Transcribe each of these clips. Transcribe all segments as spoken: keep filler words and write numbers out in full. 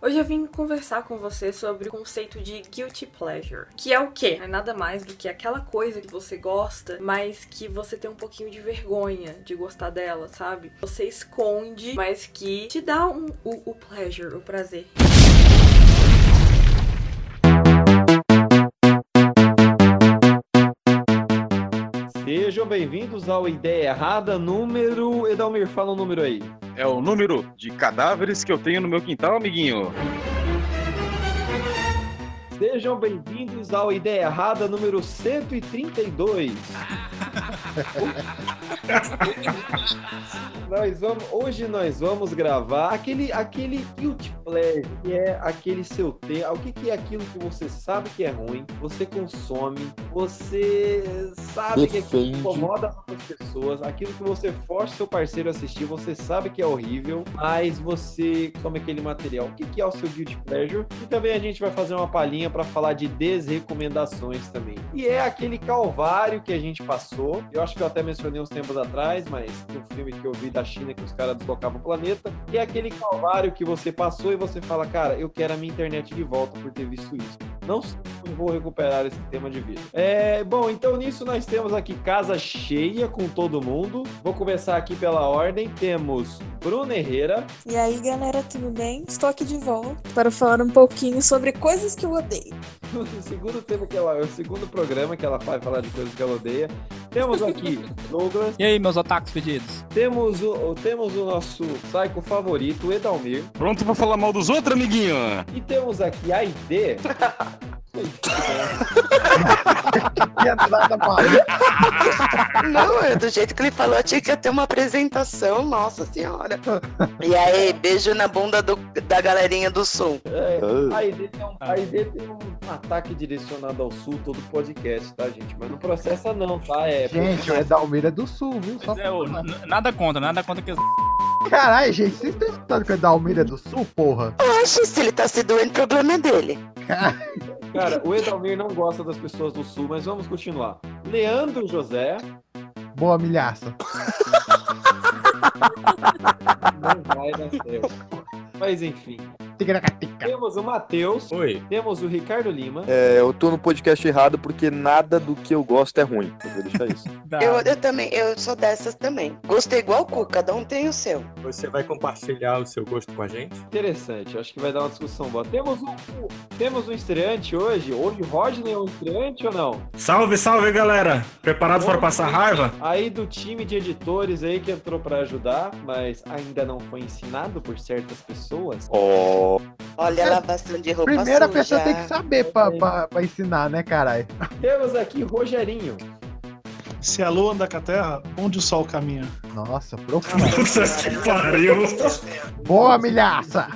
Hoje eu vim conversar com você sobre o conceito de guilty pleasure, que é o quê? Não é nada mais do que aquela coisa que você gosta, mas que você tem um pouquinho de vergonha de gostar dela, sabe? Você esconde, mas que te dá um, o, o pleasure, o prazer. Sejam bem-vindos ao Ideia Errada número... Edalmir, fala um número aí. É o número de cadáveres que eu tenho no meu quintal, amiguinho. Sejam bem-vindos ao Ideia Errada número cento e trinta e dois. nós vamos, hoje nós vamos gravar aquele, aquele guilty pleasure, que é aquele seu ter. O que, que é aquilo que você sabe que é ruim, você consome, você sabe Defende. que aquilo incomoda outras pessoas, aquilo que você força seu parceiro a assistir, você sabe que é horrível, mas você come aquele material. O que, que é o seu guilty pleasure? E também a gente vai fazer uma palhinha para falar de desrecomendações também. E é aquele calvário que a gente passou. Eu acho que eu até mencionei uns tempos atrás, mas um filme que eu vi da China que os caras deslocavam o planeta. E é aquele calvário que você passou e você fala, cara, eu quero a minha internet de volta por ter visto isso. Não sei se eu vou recuperar esse tema de vida. É, bom, então nisso nós temos aqui casa cheia com todo mundo. Vou começar aqui pela ordem. Temos Bruna Herrera. E aí, galera, tudo bem? Estou aqui de volta para falar um pouquinho sobre coisas que eu odeio. O segundo tema que ela, o segundo programa que ela faz falar de coisas que ela odeia. Temos aqui Douglas. E aí, meus otakus pedidos? Temos o, temos o nosso psycho favorito, Edalmir. Pronto pra falar mal dos outros, amiguinho? E temos aqui a Aide. Não, é do jeito que ele falou, tinha que ter uma apresentação, nossa senhora. E aí, beijo na bunda do, da galerinha do Sul. É, a Aide tem, um, a Aide tem um ataque direcionado ao Sul, todo podcast, tá, gente? Mas não processa não, tá? É, gente, o Edalmir é do Sul, viu? Só É, o, n- nada contra, nada contra que... Caralho, gente, vocês estão escutando que o Edalmir é do Sul, porra? Oxe, se ele tá se doendo, o problema é dele. Cara, o Edalmir não gosta das pessoas do Sul, mas vamos continuar. Leandro José. Boa, milhaça. Não vai dar certo. Mas enfim. Temos o Matheus. Oi. Temos o Ricardo Lima. É, eu tô no podcast errado porque nada do que eu gosto é ruim. Eu vou deixar isso. Eu, eu também, eu sou dessas também. Gostei igual o cu, cada um tem o seu. Você vai compartilhar o seu gosto com a gente? Interessante, acho que vai dar uma discussão boa. Temos um, temos um estreante hoje. Hoje o Rodney é um estreante ou não? Salve, salve, galera! Preparados para passar raiva? Aí do time de editores aí que entrou pra ajudar, mas ainda não foi ensinado por certas pessoas. Oh. Olha a lavação de roupa Primeira suja. pessoa tem que saber pra, pra, pra ensinar, né, caralho? Temos aqui Rogerinho. Se a lua anda com a terra, onde o sol caminha? Nossa, profundo. Puta que pariu! Boa, milhaça!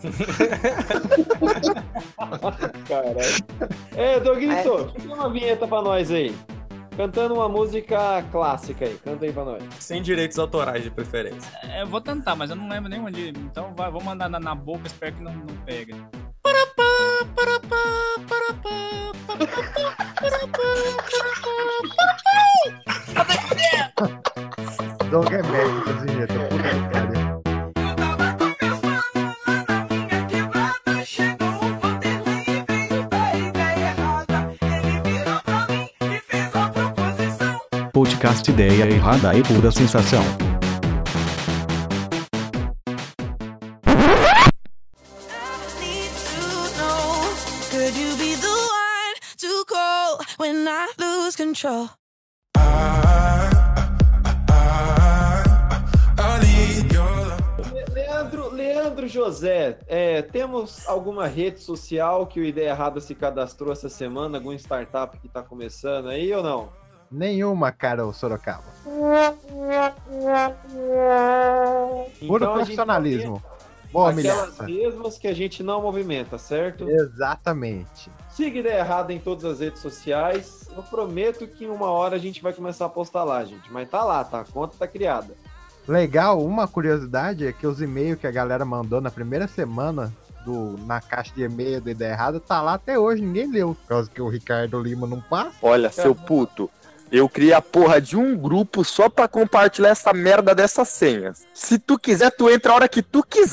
Caralho. É, Doguito, tem uma vinheta pra nós aí. Cantando uma música clássica aí. Canta aí pra nós. Sem direitos autorais, de preferência. É, eu vou tentar, mas eu não lembro nenhum de... Então vai, vou mandar na, na boca, espero que não, não pegue. Doug é médico, vinheta. Puta que pariu. Podcast Ideia Errada e Pura Sensação. Leandro, Leandro José, é, temos alguma rede social que o Ideia Errada se cadastrou essa semana? Alguma startup que tá começando aí ou não? Nenhuma, cara, o Sorocaba. Então, Puro a gente profissionalismo. Boa, aquelas milhaça. mesmas que a gente não movimenta, certo? Exatamente. Siga Ideia Errada em todas as redes sociais. Eu prometo que em uma hora a gente vai começar a postar lá, gente. Mas tá lá, tá? A conta tá criada. Legal, uma curiosidade é que os e-mails que a galera mandou na primeira semana do, na caixa de e-mail do Ideia Errada tá lá até hoje, ninguém leu. Por causa que o Ricardo Lima não passa. Olha, seu puto. Eu criei a porra de um grupo só pra compartilhar essa merda dessas senhas. Se tu quiser, tu entra a hora que tu quiser.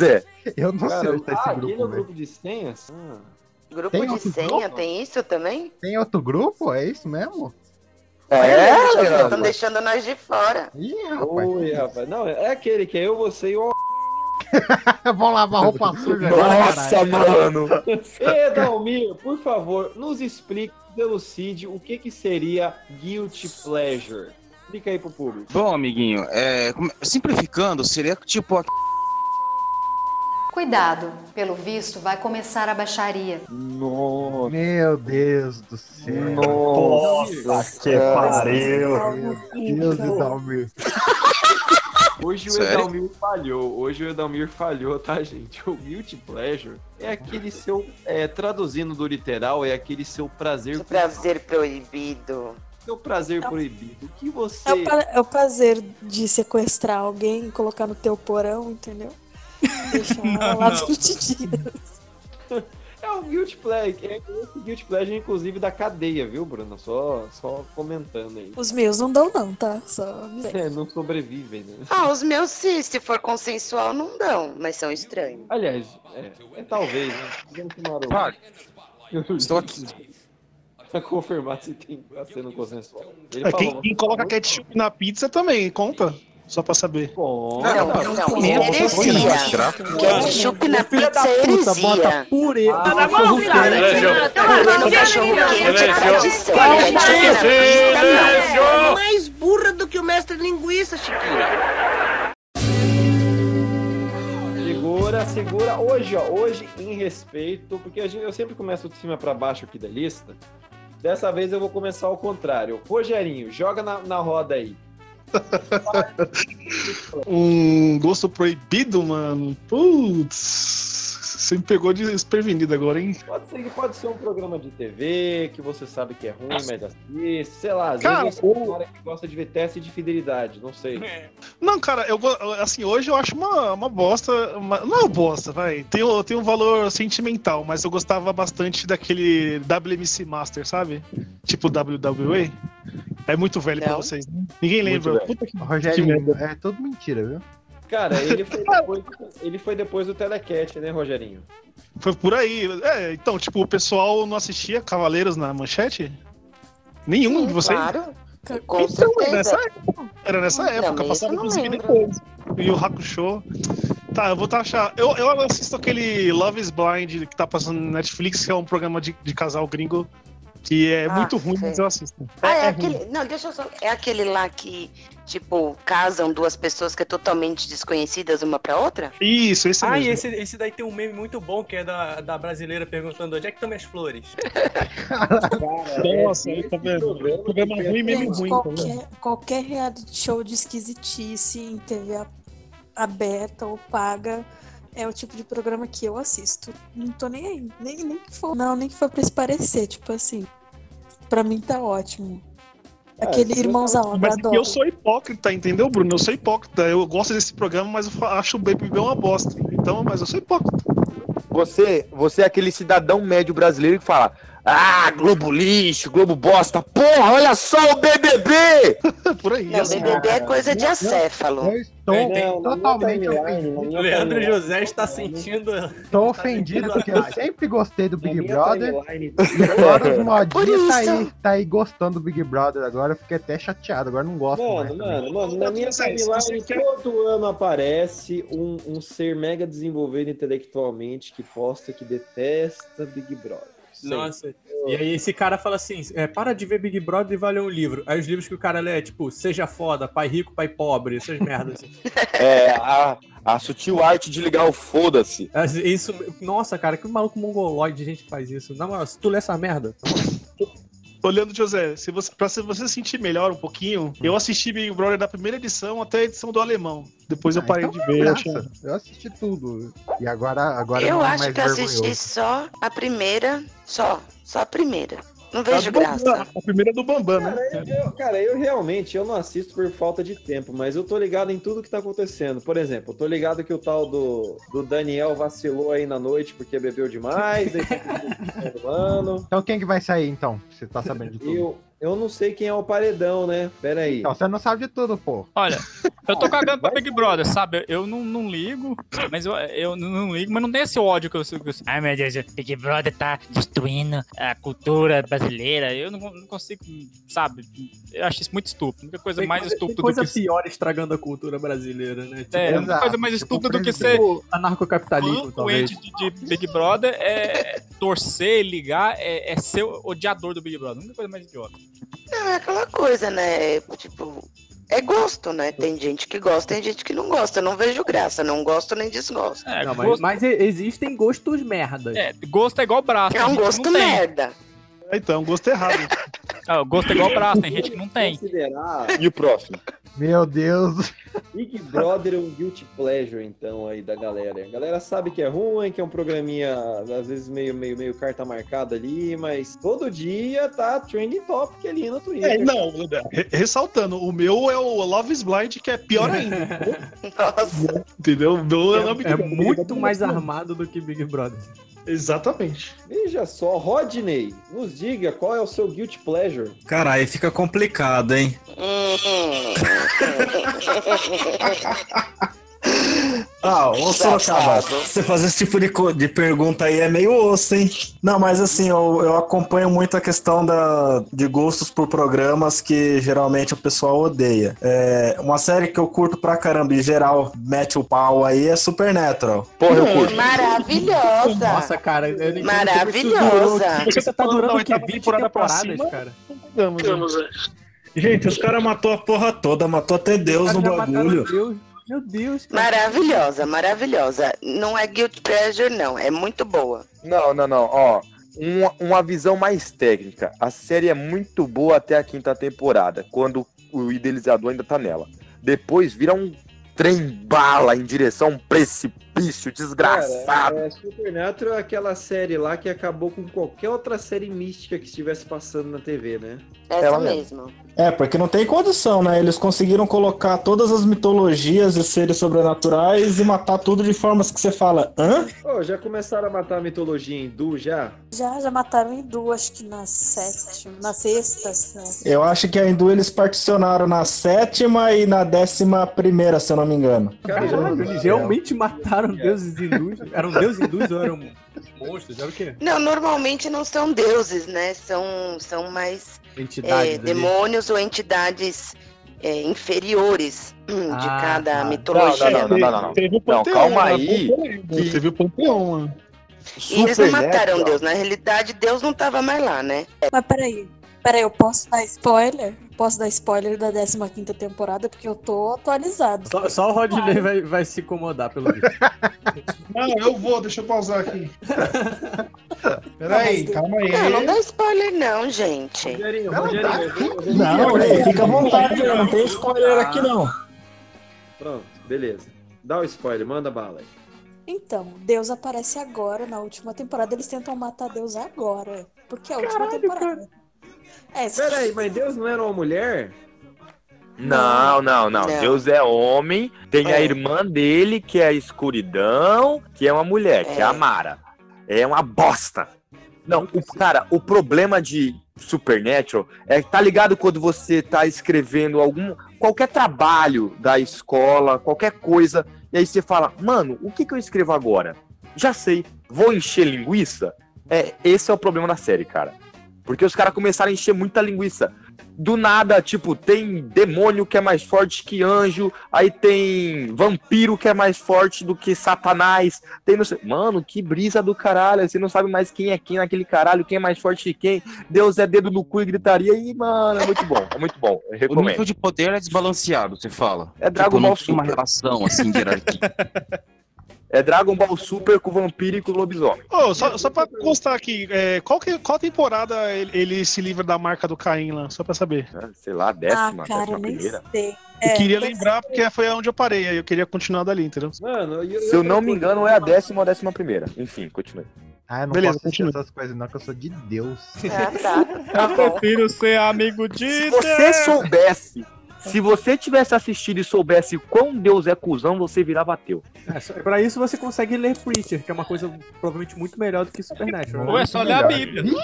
Eu não Cara, sei onde tá ah, esse aquele é grupo, o velho. grupo de senhas? Ah. Grupo Tem de outro senha, grupo? tem isso também? Tem outro grupo? É isso mesmo? É, Vocês galera. estão deixando nós de fora. Ih, rapaz. Oi, rapaz. Não, é aquele que é eu, você e o... Vão lavar roupa suja Nossa, agora, mano. Edalmir, por favor, nos explique, elucide o que que seria Guilty Pleasure. Explica aí pro público. Bom, amiguinho, é, como- simplificando, seria tipo a Cuidado, pelo visto vai começar a baixaria. Nossa. Meu Deus do céu. Nossa, que pariu. Meu Deus do Dalmir. Hoje o Sério? Edalmir falhou. Hoje o Edalmir falhou, tá, gente? O Guilty Pleasure é aquele seu, é, traduzindo do literal, é aquele seu prazer, Que prazer proibido. seu prazer proibido. Que você... É o, pra- é o prazer de sequestrar alguém e colocar no teu porão, entendeu? Deixar ela lá não. vinte dias. É o Guilty Pleasure, é esse Guilty Pleasure, inclusive, da cadeia, viu, Bruno? Só, só comentando aí. Os meus não dão, não, tá? Só avisei. É, não sobrevivem, né? Ah, os meus sim, se for consensual, não dão, mas são estranhos. Aliás, é, é talvez, né? Vamos tomar o... Fale. Estou aqui. Pra confirmar se tem a cena consensual. Ele É, falou, quem, quem coloca ketchup na pizza também, conta. Só pra saber. Bom, Não, não, não, heresia. Ketchup na pizza é heresia. Purê. Ah, tá bom, cara. No cachorro quente é tradição. Ketchup na pizza, não. Mais burra do que o mestre linguiça, Chiquinha. Segura, segura. Hoje, ó, hoje em respeito, porque a gente- eu sempre começo de cima pra baixo aqui da lista. Dessa vez eu vou começar ao contrário. Rogerinho, joga na, na roda aí. Um gosto proibido, mano. Putz. Você me pegou desprevenido agora, hein? Pode ser que pode ser um programa de T V, que você sabe que é ruim, mas assiste. Sei lá, às Cara, vezes você é um cara que gosta de ver teste de fidelidade, não sei. Não, cara, eu go- assim, hoje eu acho uma, uma bosta. Uma, não é uma bosta, vai. Tem, o- tem um valor sentimental, mas eu gostava bastante daquele W M C Master, sabe? Tipo W W A. É muito velho pra Não. vocês, né? Ninguém Muito lembra. velho. Puta que, que Rogerinho, merda. é tudo mentira, viu? Cara, ele foi depois, ele foi depois do Telecat, né, Rogerinho? Foi por aí. É, então, tipo, o pessoal não assistia Cavaleiros na manchete? Nenhum Sim, de vocês? claro. Com Então, era certeza. nessa época. Era nessa Não, época, mas passava eu não inclusive lembro. depois. E o Hakusho. Tá, eu vou taxar. Eu, eu assisto aquele Love is Blind que tá passando no Netflix, que é um programa de, de casal gringo, que é Ah, muito ruim, sei. mas eu assisto. Ah, é ruim. aquele. Não, deixa eu só. É aquele lá que, tipo, casam duas pessoas que é totalmente desconhecidas uma pra outra? Isso, esse Ah, mesmo. e esse, esse daí tem um meme muito bom que é da, da brasileira perguntando onde é que estão minhas flores. Nossa, aí tá vendo? Programa ruim, meme Gente, ruim, tá vendo? qualquer, qualquer reality show de esquisitice em T V a- aberta ou paga é o tipo de programa que eu assisto. Não tô nem aí. Nem, nem que for. Não, nem que for pra se parecer. Tipo assim. Pra mim tá ótimo. Aquele É, Irmãos à Obra, Mas é que adoro. eu sou hipócrita, entendeu, Bruno? Eu sou hipócrita. Eu gosto desse programa, mas eu fa- acho o Baby B uma bosta. Então, mas eu sou hipócrita. Você, você é aquele cidadão médio brasileiro que fala: ah, Globo lixo, Globo bosta, porra, olha só o B B B! Por aí. Não, assim, B B B é coisa de acéfalo. Eu estou É, tem- totalmente ofendido. O Leandro José está sentindo. Tô ofendido porque eu sempre gostei do Big Na minha Brother. timeline- E agora os Por modinhos tá isso. aí, tá aí gostando do Big Brother. Agora eu fiquei até chateado. Agora eu não gosto mais. Mano, também. mano, mano, na minha Se você timeline quer- todo ano aparece um, um ser mega desenvolvido intelectualmente que posta que detesta Big Brother. Sempre. Nossa. E aí esse cara fala assim, é, para de ver Big Brother e vai ler um livro. Aí os livros que o cara lê é tipo, Seja Foda, Pai Rico, Pai Pobre, essas merdas. Assim. É, a, a sutil arte de ligar o foda-se. É, Isso, nossa, cara, que maluco mongoloide de gente que faz isso. Na moral, se tu lê essa merda, tá bom? Olhando, José, se você, pra se você sentir melhor um pouquinho, eu assisti Big Brother da primeira edição até a edição do alemão. Depois eu Ah, parei então de é ver. Eu graça. achei- Eu assisti tudo. E agora, agora Eu não é acho mais que eu assisti vergonhoso. só a primeira. Só. Só a primeira. Não A vejo do Bambam, graça. A primeira é do Bambam, né? Cara, eu, cara, eu realmente eu não assisto por falta de tempo, mas eu tô ligado em tudo que tá acontecendo. Por exemplo, eu tô ligado que o tal do, do Daniel vacilou aí na noite porque bebeu demais, aí tá do ano. Então quem que vai sair então? Você tá sabendo de tudo? Eu, Eu não sei quem é o paredão, né? Pera aí. Então, você não sabe de tudo, pô. Olha, eu tô cagando pra Big Brother, sabe? Eu não, não ligo, mas eu, eu não ligo, mas não tem esse ódio que eu sei. Ai, meu Deus, Big Brother tá destruindo a cultura brasileira. Eu não, não consigo, sabe? Eu acho isso muito estúpido. Muita coisa Tem mais coisa, estúpida tem coisa do que... pior estragando a cultura brasileira, né? Tipo, É, muita coisa mais tipo, estúpida do que presidente. ser... Anarcocapitalismo, fã talvez. doente de, de Big Brother é torcer, ligar, é, é ser odiador do Big Brother. Nunca coisa mais idiota. Não, é aquela coisa, né? Tipo, é gosto, né? Tem gente que gosta, tem gente que não gosta. Eu não vejo graça, não gosto nem desgosto. É, Não, mas, gosto, mas existem gostos merdas. é, gosto é igual braço. É tem um gente que gosto não tem. merda. Então, gosto errado. Ah, gosto é igual braço, tem gente que não tem. Considerar E o próximo? Meu Deus. Big Brother um guilty pleasure, então, aí da galera. A galera sabe que é ruim, que é um programinha, às vezes, meio, meio, meio carta marcada ali, mas todo dia tá trending topic ali no Twitter. É, não, re- ressaltando, o meu é o Love is Blind, que é pior ainda. Nossa. Entendeu? O meu é, É, é muito mais armado do que Big Brother. Exatamente. Veja só, Rodney, nos diga qual é o seu guilty pleasure. Cara, aí fica complicado, hein? Ah, ô Sorocaba, você fazer esse tipo de, co- de pergunta aí é meio osso, hein? Não, mas assim, eu, eu acompanho muito a questão da, de gostos por programas que geralmente o pessoal odeia. É, uma série que eu curto pra caramba e geral mete o pau aí é Supernatural. Porra, eu curto. Maravilhosa. Nossa, cara, eu não entendo como Maravilhosa. isso durou- Você tá durando o quê? Oitava vinte temporada pra temporadas, cima. cara? Vamos, né? Gente, os caras matou a porra toda, matou até Deus no Já mataram bagulho. Deus. Meu Deus, cara. Maravilhosa, maravilhosa. Não é guilty pleasure, não. É muito boa. Não, não, não. Ó, uma, uma visão mais técnica. A série é muito boa até a quinta temporada, quando o idealizador ainda tá nela. Depois vira um trem bala em direção a um precipício desgraçado. Cara, é, Supernatural é aquela série lá que acabou com qualquer outra série mística que estivesse passando na T V, né? Essa Ela mesmo. É, porque não tem condição, né? Eles conseguiram colocar todas as mitologias e seres sobrenaturais e matar tudo de formas que você fala, hã? Ô, já começaram a matar a mitologia hindu já? Já, já mataram em duas, acho que na sétima, na sexta. Né? Eu acho que a hindu eles particionaram na sétima e na décima primeira, se eu não me engano. Caralho, eles realmente mataram deuses hindus? Eram deuses hindus ou eram monstros? Era o quê? Não, normalmente não são deuses, né? São, são mais Entidades é, ali. demônios ou entidades é, inferiores hum, de Ah, cada tá. mitologia. Não, não, não, não, não. Teve o Não, Panteão, calma né? aí. Que... Teve o Panteão, mano. E eles não mataram Supernatural. Deus. Na realidade, Deus não tava mais lá, né? Mas peraí, peraí, eu posso dar spoiler? Posso dar spoiler da décima quinta temporada, porque eu tô atualizado. Só, só o Rodney vai, vai se incomodar, pelo visto. Não, eu vou, deixa eu pausar aqui. Peraí, calma aí. Não, não dá spoiler não, gente. Rogerinho, Rogerinho, eu vou- eu vou- Não, ei, fica à vontade, não tem spoiler aqui não. Pronto, beleza. Dá o spoiler, manda bala aí. Então, Deus aparece agora, na última temporada, eles tentam matar Deus agora. Porque é a última temporada. É, Peraí, mas Deus não era uma mulher? Não, não, não. Não. Deus é homem, tem a É. irmã dele, que é a escuridão, que é uma mulher, que é É. a Mara. É uma bosta. Não, o, cara, o problema de Supernatural é que tá ligado quando você tá escrevendo algum qualquer trabalho da escola, qualquer coisa, e aí você fala, mano, o que que eu escrevo agora? Já sei, vou encher linguiça? É, esse é o problema da série, cara. Porque os caras começaram a encher muita linguiça. Do nada, tipo, tem demônio que é mais forte que anjo, aí tem vampiro que é mais forte do que Satanás, tem não sei... Mano, que brisa do caralho, você não sabe mais quem é quem naquele caralho, quem é mais forte que quem, Deus é dedo no cu e gritaria, e, mano, é muito bom, é muito bom, eu O recomendo. nível de poder é desbalanceado, você fala. É Dragon tipo, não Ball tem uma Super. relação assim de hierarquia. É Dragon Ball Super com vampiro e com lobisomem. Ô, só, só pra constar aqui, é, qual, que, qual temporada ele, ele se livra da marca do Caim lá? Só pra saber. Ah, sei lá, décima, ah, cara, décima nem primeira. sei. Eu É, queria deve lembrar porque foi onde eu parei, aí eu queria continuar dali, entendeu? Mano, e- e Se eu não outra me coisa, engano, é a décima ou a décima primeira. Enfim, continue. Ah, eu não Beleza, posso assistir continua. essas coisas não, que eu sou de Deus. Ah, tá. Eu prefiro ser amigo de Se você soubesse, se você tivesse assistido e soubesse quão Deus é cuzão, você virava ateu. É, só- pra isso você consegue ler Preacher, que é uma coisa provavelmente muito melhor do que Supernatural. Ou é só ler a melhor. Bíblia.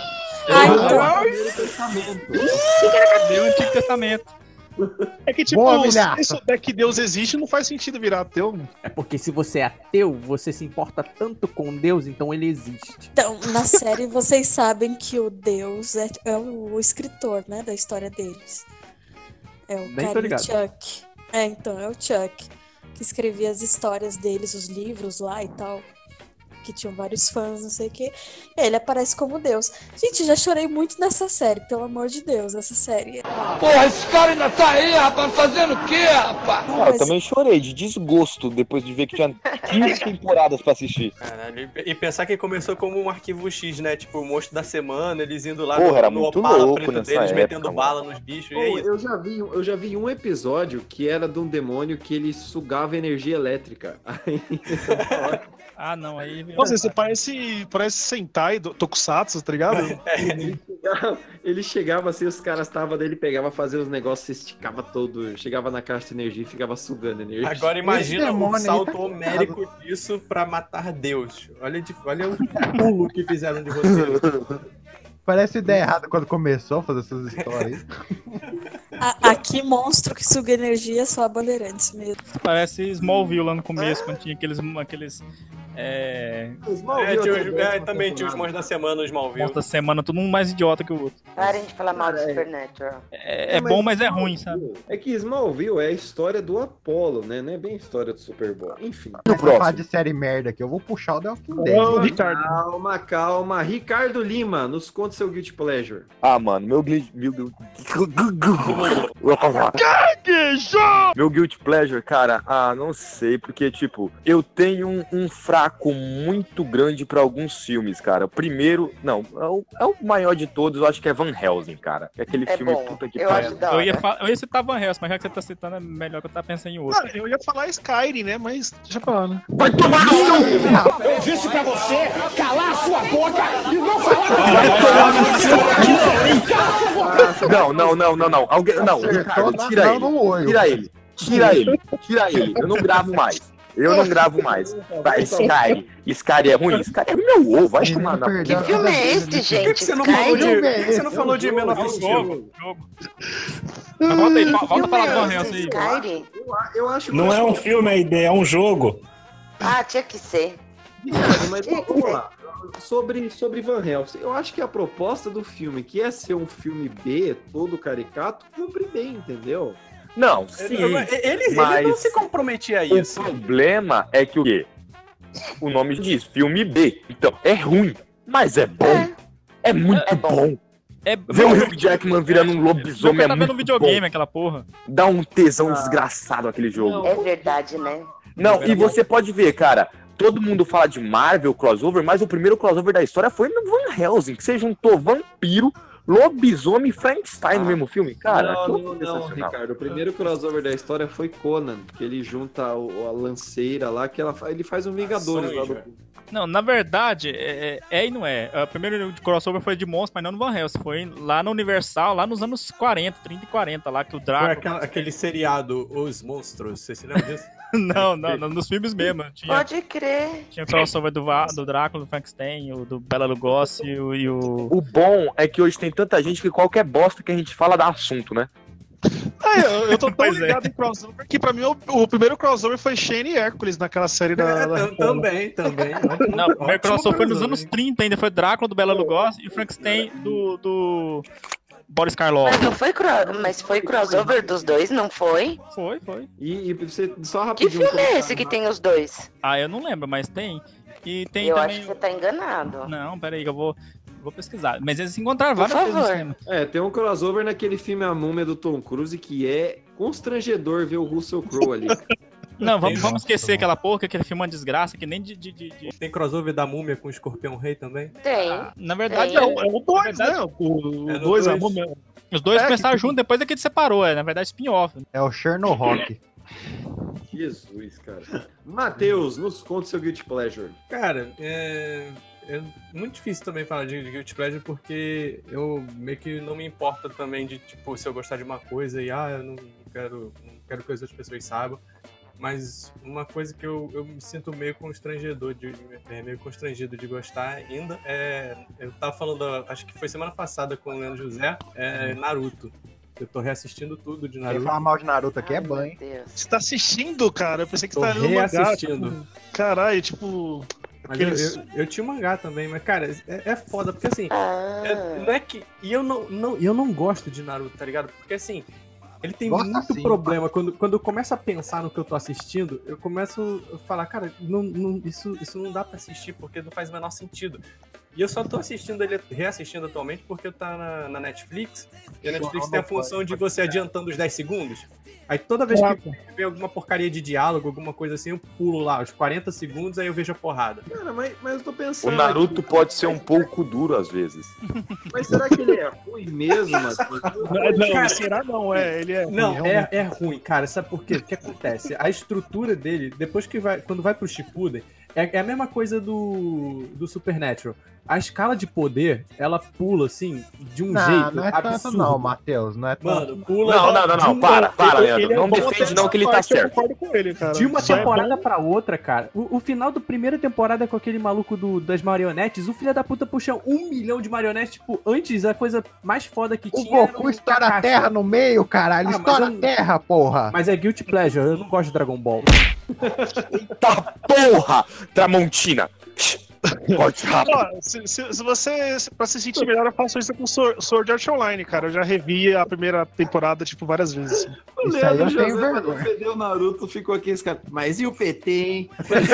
Ah, então. Deu o Antigo Testamento. É que, tipo, Boa, se milhaça. você souber que Deus existe, não faz sentido virar ateu. Né? É porque se você é ateu, você se importa tanto com Deus, então ele existe. Então, na série vocês sabem que o Deus é, é o escritor, né, da história deles. É o Nem tô cara ligado. Chuck. É, então, é o Chuck. Que escrevia as histórias deles, os livros lá e tal. Que tinham vários fãs, não sei o quê. Ele aparece como Deus. Gente, já chorei muito nessa série, pelo amor de Deus, essa série. Porra, esse cara ainda tá aí, rapaz, fazendo o quê, rapaz? Ah, eu também chorei de desgosto depois de ver que tinha quinze temporadas pra assistir. Caralho, e pensar que começou como um arquivo X, né? Tipo, o monstro da semana, eles indo lá Porra, no, era no muito Opala louco preto nessa deles, época, metendo mano. bala nos bichos, e Pô, é isso. eu já vi, eu já vi um episódio que era de um demônio que ele sugava energia elétrica. Aí, Ah, não, aí... Nossa, você parece, parece Sentai, do Tokusatsu, tá ligado? ele, chegava, ele chegava assim, os caras estavam dele, pegava, fazia os negócios, se esticava todo, chegava na caixa de energia e ficava sugando energia. Agora imagina Esse o demônio aí salto tá homérico disso pra matar Deus. Olha, de, olha o pulo que fizeram de você. Parece ideia errada quando começou a fazer essas histórias. A- aqui, monstro que suga energia é só a Bandeirantes mesmo. Parece Smallville lá no começo, quando tinha aqueles... aqueles é... É, tinha os- é, também tinha os monstros da semana, os Smallville. Monstros da semana, todo mundo mais idiota que o outro. Parem de falar mal do Supernatural. É, é bom, mas é ruim, sabe? É que Smallville é a história do Apollo, né? Não é bem a história do Super Bowl. Enfim. Vamos falar de série merda aqui. Eu vou puxar o The Walking Dead. Não, Ricardo. Calma, calma. Ricardo Lima, nos conta seu Guilty Pleasure. Ah, mano, meu guilty... Meu, meu guilty pleasure, cara, ah, não sei, porque, tipo, eu tenho um, um fraco muito grande pra alguns filmes, cara. O primeiro, não, é o, é o maior de todos, eu acho que é Van Helsing, cara. É aquele É filme bom, puta que eu pariu. acho da Eu ia, hora. fa- eu ia citar Van Helsing, mas já que você tá citando, é melhor que eu tava pensando em outro. Cara, eu ia falar Skyrim, né? Mas deixa pra lá, né? Vai tomar no seu... Eu disse pra você calar a sua boca e não falar Não, não, não, não, não. Alguém, não, Ricardo, tira Não, ele. no olho. Tira ele. Tira ele. Tira ele. Eu não gravo mais. Eu não gravo mais. Vai, Skyrim. Skyrim é ruim? Skyrim é meu ovo. Vai tomar na... Que filme é este, gente? Por que, que você não falou de, Skyrim? por que que você não falou de Men of Steel? Jogo, jogo. Mas volta aí, fa- volta a falar do Van Filme é Helsing aí. este, Skyrim? Eu, eu acho que Não é um filme, a ideia é um jogo. Ah, tinha que ser. Ricardo, mas vamos lá. Sobre, sobre Van Helsing, eu acho que a proposta do filme, que é ser um filme B, todo caricato, cumpre bem, entendeu? Não, sim. Ele, ele, ele mas não se comprometia a o isso. problema é que o quê? O nome diz filme B. Então, é ruim, mas é bom. É, muito É bom. bom. É Ver o Hugh Jackman virando um lobisomem Você é tá vendo muito um videogame, bom. aquela porra. Dá um tesão desgraçado aquele jogo. É verdade, né? Não, e você pode ver, cara, todo mundo fala de Marvel crossover, mas o primeiro crossover da história foi no Van Helsing, que você juntou vampiro, lobisomem e Frankenstein no mesmo filme, cara. não, aquilo não, foi não, sensacional. Ricardo. O primeiro crossover da história foi Conan, que ele junta o- a lanceira lá, que ela, fa- ele faz um Vingadores lá do... Não, na verdade, é, é e não é. O primeiro crossover foi de monstro, mas não no Van Helsing. Foi lá no Universal, lá nos anos quarenta, trinta e quarenta, lá que o Foi Draco... aquela- aquele seriado Os Monstros, você se lembra disso? não, não, não, nos filmes mesmo. Tinha, Pode crer. tinha o crossover do, Va- do Drácula, do Frankenstein, o do Bela Lugosi e o... E o... O bom é que hoje tem tanta gente que qualquer bosta que a gente fala dá assunto, né? Ah, eu, eu tô tão Pois é. ligado em crossover que pra mim o, o primeiro crossover foi Shane e Hércules naquela série da. É, da tam- também, também. Ótimo- Não, o primeiro ótimo crossover foi nos crossover. anos trinta ainda. Foi Drácula, do Bela Lugosi e o Frankenstein do... do... Boris Karloff. Mas não foi, cro- mas foi crossover dos dois, não foi? Foi, foi. E, e você, só Que rapidinho... filme é comentar- esse que tem os dois? Ah, eu não lembro, mas tem. E tem Eu também... acho que você tá enganado. Não, peraí, que eu vou, vou pesquisar. Mas eles se encontraram Por várias vezes no favor. cinema. É, tem um crossover naquele filme A Múmia do Tom Cruise que é constrangedor ver o Russell Crowe ali. Não, vamos, Tem, vamos nossa, esquecer tá bom. aquela porra, que aquele filme é uma desgraça, que nem de... de, de- de- Tem crossover da Múmia com o Escorpião Rei também? Tem. Na verdade, Tem. É o- é o dois, Na verdade, né? O É no dois, a dois. múmia. os dois É, começaram que- juntos depois daquele separou, é, na verdade, spin-off. É o Chernobyl. Jesus, cara. Matheus, nos conta seu Guilty Pleasure. Cara, é... é muito difícil também falar de, de Guilty Pleasure porque eu meio que não me importa também de, tipo, se eu gostar de uma coisa e, ah, eu não quero, não quero que as outras pessoas saibam. Mas uma coisa que eu, eu me sinto meio constrangedor de é, meio constrangido de gostar ainda é. Eu tava falando, acho que foi semana passada com o Leandro José, é Naruto. Eu tô reassistindo tudo de Naruto. Quem fala mal de Naruto aqui é banho. Você tá assistindo, cara? Eu pensei que Tô você tá lendo mangá. reassistindo. Tipo, caralho, tipo... Mas eu, aqueles- eu, eu tinha mangá também, mas, cara, é, é foda, porque assim, é- não é que. E eu não, não, eu não gosto de Naruto, tá ligado? Porque assim, ele tem Gosta muito sim, problema. Quando, quando eu começo a pensar no que eu tô assistindo, eu começo a falar, cara, não, não, isso, isso não dá pra assistir, porque não faz o menor sentido. E eu só tô assistindo ele, reassistindo atualmente, porque tá na, na Netflix. E a Netflix tem a função de você adiantando os dez segundos. Aí toda vez que vem alguma porcaria de diálogo, alguma coisa assim, eu pulo lá os quarenta segundos, aí eu vejo a porrada. Cara, mas, mas eu tô O pensando. Naruto pode ser um pouco duro às vezes. Mas será que ele é ruim mesmo, Matheus? Não, não, Cara, será não, é, ele é ruim, Não, é, realmente. é ruim, cara. Sabe por quê? O que acontece? A estrutura dele, depois que vai, quando vai pro Shippuden, é, é a mesma coisa do, do Supernatural. A escala de poder, ela pula, assim, de um Não, jeito não é absurdo. tanto não, Matheus. Não é tanto. Mano, pula... Não, não, não, de não, uma- para, para, ele- Leandro. ele é Não bom defende até não que ele tá Parte, eu certo. concordo com ele, cara. De uma Só é temporada bom- pra outra, cara, o, o final da primeira temporada com aquele maluco do, das marionetes, o filho da puta puxa um milhão de marionetes. Tipo, antes a coisa mais foda que O tinha. era Goku um estoura a Kakashi. terra no meio, caralho. Ah, mas Estoura eu- a terra, porra. Mas é Guilty Pleasure, eu não gosto de Dragon Ball. Tá porra! Tramontina! Pode rápido. Ó, se, se, se você, pra se sentir melhor, eu faço isso com Sword Sword Art Online, cara. Eu já revi a primeira temporada, tipo, várias vezes. O Isso aí Leandro eu tenho José, pra não vergonha. ofender o Naruto, ficou aqui esse cara. Mas e o P T, hein?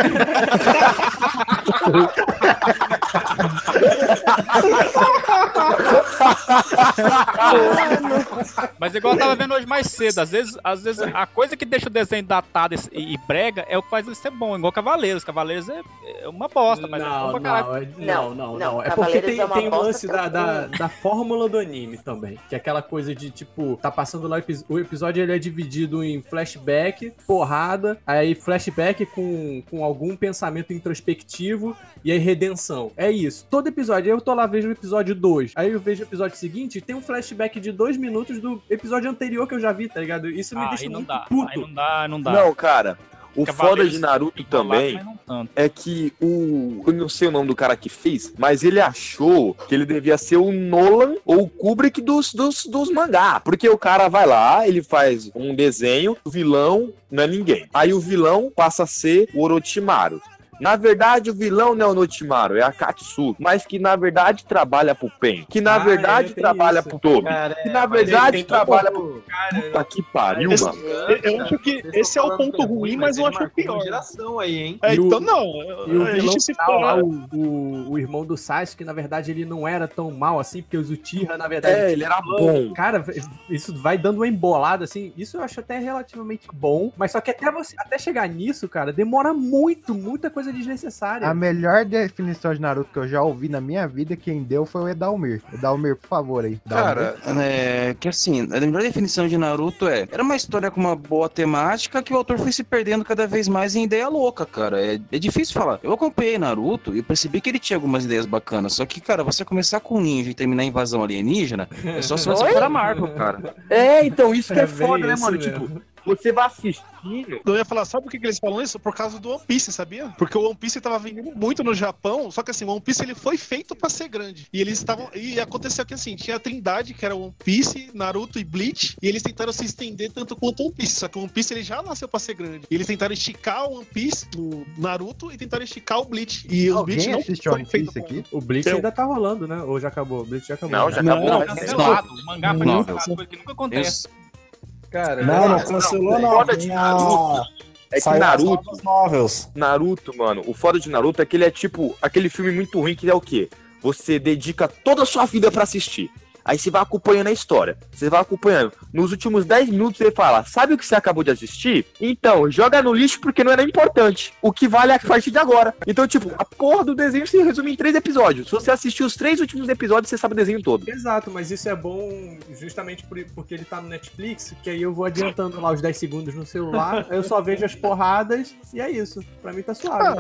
Mas igual eu tava vendo hoje mais cedo, às vezes, às vezes a coisa que deixa o desenho datado e, e brega é o que faz ele ser bom, igual Cavaleiros. Cavaleiros é, é uma bosta, mas é bom Não, pra não, caralho. é- não, não, não. É porque Cavaleiros tem, é uma tem o bosta lance da, da, tranquila. da fórmula do anime também. Que é aquela coisa de, tipo, tá passando lá o epi- o episódio, ele é dividido em flashback, porrada, aí flashback com, com algum pensamento introspectivo e aí redenção. É isso. Todo episódio. Aí eu tô lá, vejo o episódio dois. Aí eu vejo o episódio seguinte e tem um flashback de dois minutos do episódio anterior que eu já vi, tá ligado? Isso me Ah, deixa aí não muito dá, puto. aí não dá, não dá. Não, cara. O Cavaleiros foda de Naruto enrolado, também mas não tanto. é que o. Eu não sei o nome do cara que fez, mas ele achou que ele devia ser o Nolan ou o Kubrick dos, dos, dos mangá. Porque o cara vai lá, ele faz um desenho, o vilão não é ninguém. Aí o vilão passa a ser o Orochimaru. Na verdade, o vilão não é o Orochimaru, é a Katsu, mas que na verdade trabalha pro Pen, que na Ah, verdade é, tem trabalha isso. pro Tobi, Cara, que na é, verdade tem- tem trabalha todo- pro... Puta que pariu, Esse- mano. Eu acho que esse é o ponto ruim, mas eu acho o pior. Geração aí, hein? É, E o- então não. E o a vilão gente se final lá, for- o, o, o irmão do Sasuke, na verdade, ele não era tão mal assim, porque o Uchiha, na verdade... É, ele era bom. Cara, isso vai dando uma embolada, assim, isso eu acho até relativamente bom, mas só que até, você, até chegar nisso, cara, demora muito, muita coisa desnecessária. A melhor definição de Naruto que eu já ouvi na minha vida, quem deu foi o Edalmir. Edalmir, por favor, aí. Cara, é, que assim, a melhor definição de Naruto é: era uma história com uma boa temática que o autor foi se perdendo cada vez mais em ideia louca, cara. É, é difícil falar. Eu acompanhei Naruto e percebi que ele tinha algumas ideias bacanas. Só que, cara, você começar com ninja e terminar a invasão alienígena, é só se você Oi? for a Marvel, cara. É, então, isso que é, É bem foda, né, isso mano? mesmo. Tipo, você vai assistindo. Eu ia falar, sabe por que que eles falam isso? Por causa do One Piece, sabia? Porque o One Piece tava vendendo muito no Japão, só que assim, o One Piece ele foi feito pra ser grande. E eles estavam. E aconteceu que assim, tinha a Trindade, que era One Piece, Naruto e Bleach, e eles tentaram se estender tanto quanto o One Piece. Só que o One Piece ele já nasceu pra ser grande. E eles tentaram esticar o One Piece, o Naruto, e tentaram esticar o Bleach. E o Bleach Alguém não assiste foi One feito Piece aqui? O Bleach Eu- ainda tá rolando, né? Ou já acabou? O Bleach já acabou. Não, né? já acabou. Não, Não, Cancelado. O mangá foi Não. cancelado, coisa que nunca acontece. Cara, Não, não Não, cancelou, não, não. foda de Tem Naruto. a- É que Saiu as Naruto, novas novels. Naruto, mano, o foda de Naruto é que ele é tipo aquele filme muito ruim que é o quê? Você dedica toda a sua vida pra assistir. Aí você vai acompanhando a história. Você vai acompanhando. Nos últimos dez minutos você fala, sabe o que você acabou de assistir? Então, joga no lixo porque não era importante. O que vale é a partir de agora. Então, tipo, a porra do desenho se resume em três episódios. Se você assistir os três últimos episódios, você sabe o desenho todo. Exato, mas isso é bom justamente por, porque ele tá no Netflix, que aí eu vou adiantando lá os dez segundos no celular, aí eu só vejo as porradas e é isso. Pra mim tá suave. Ah,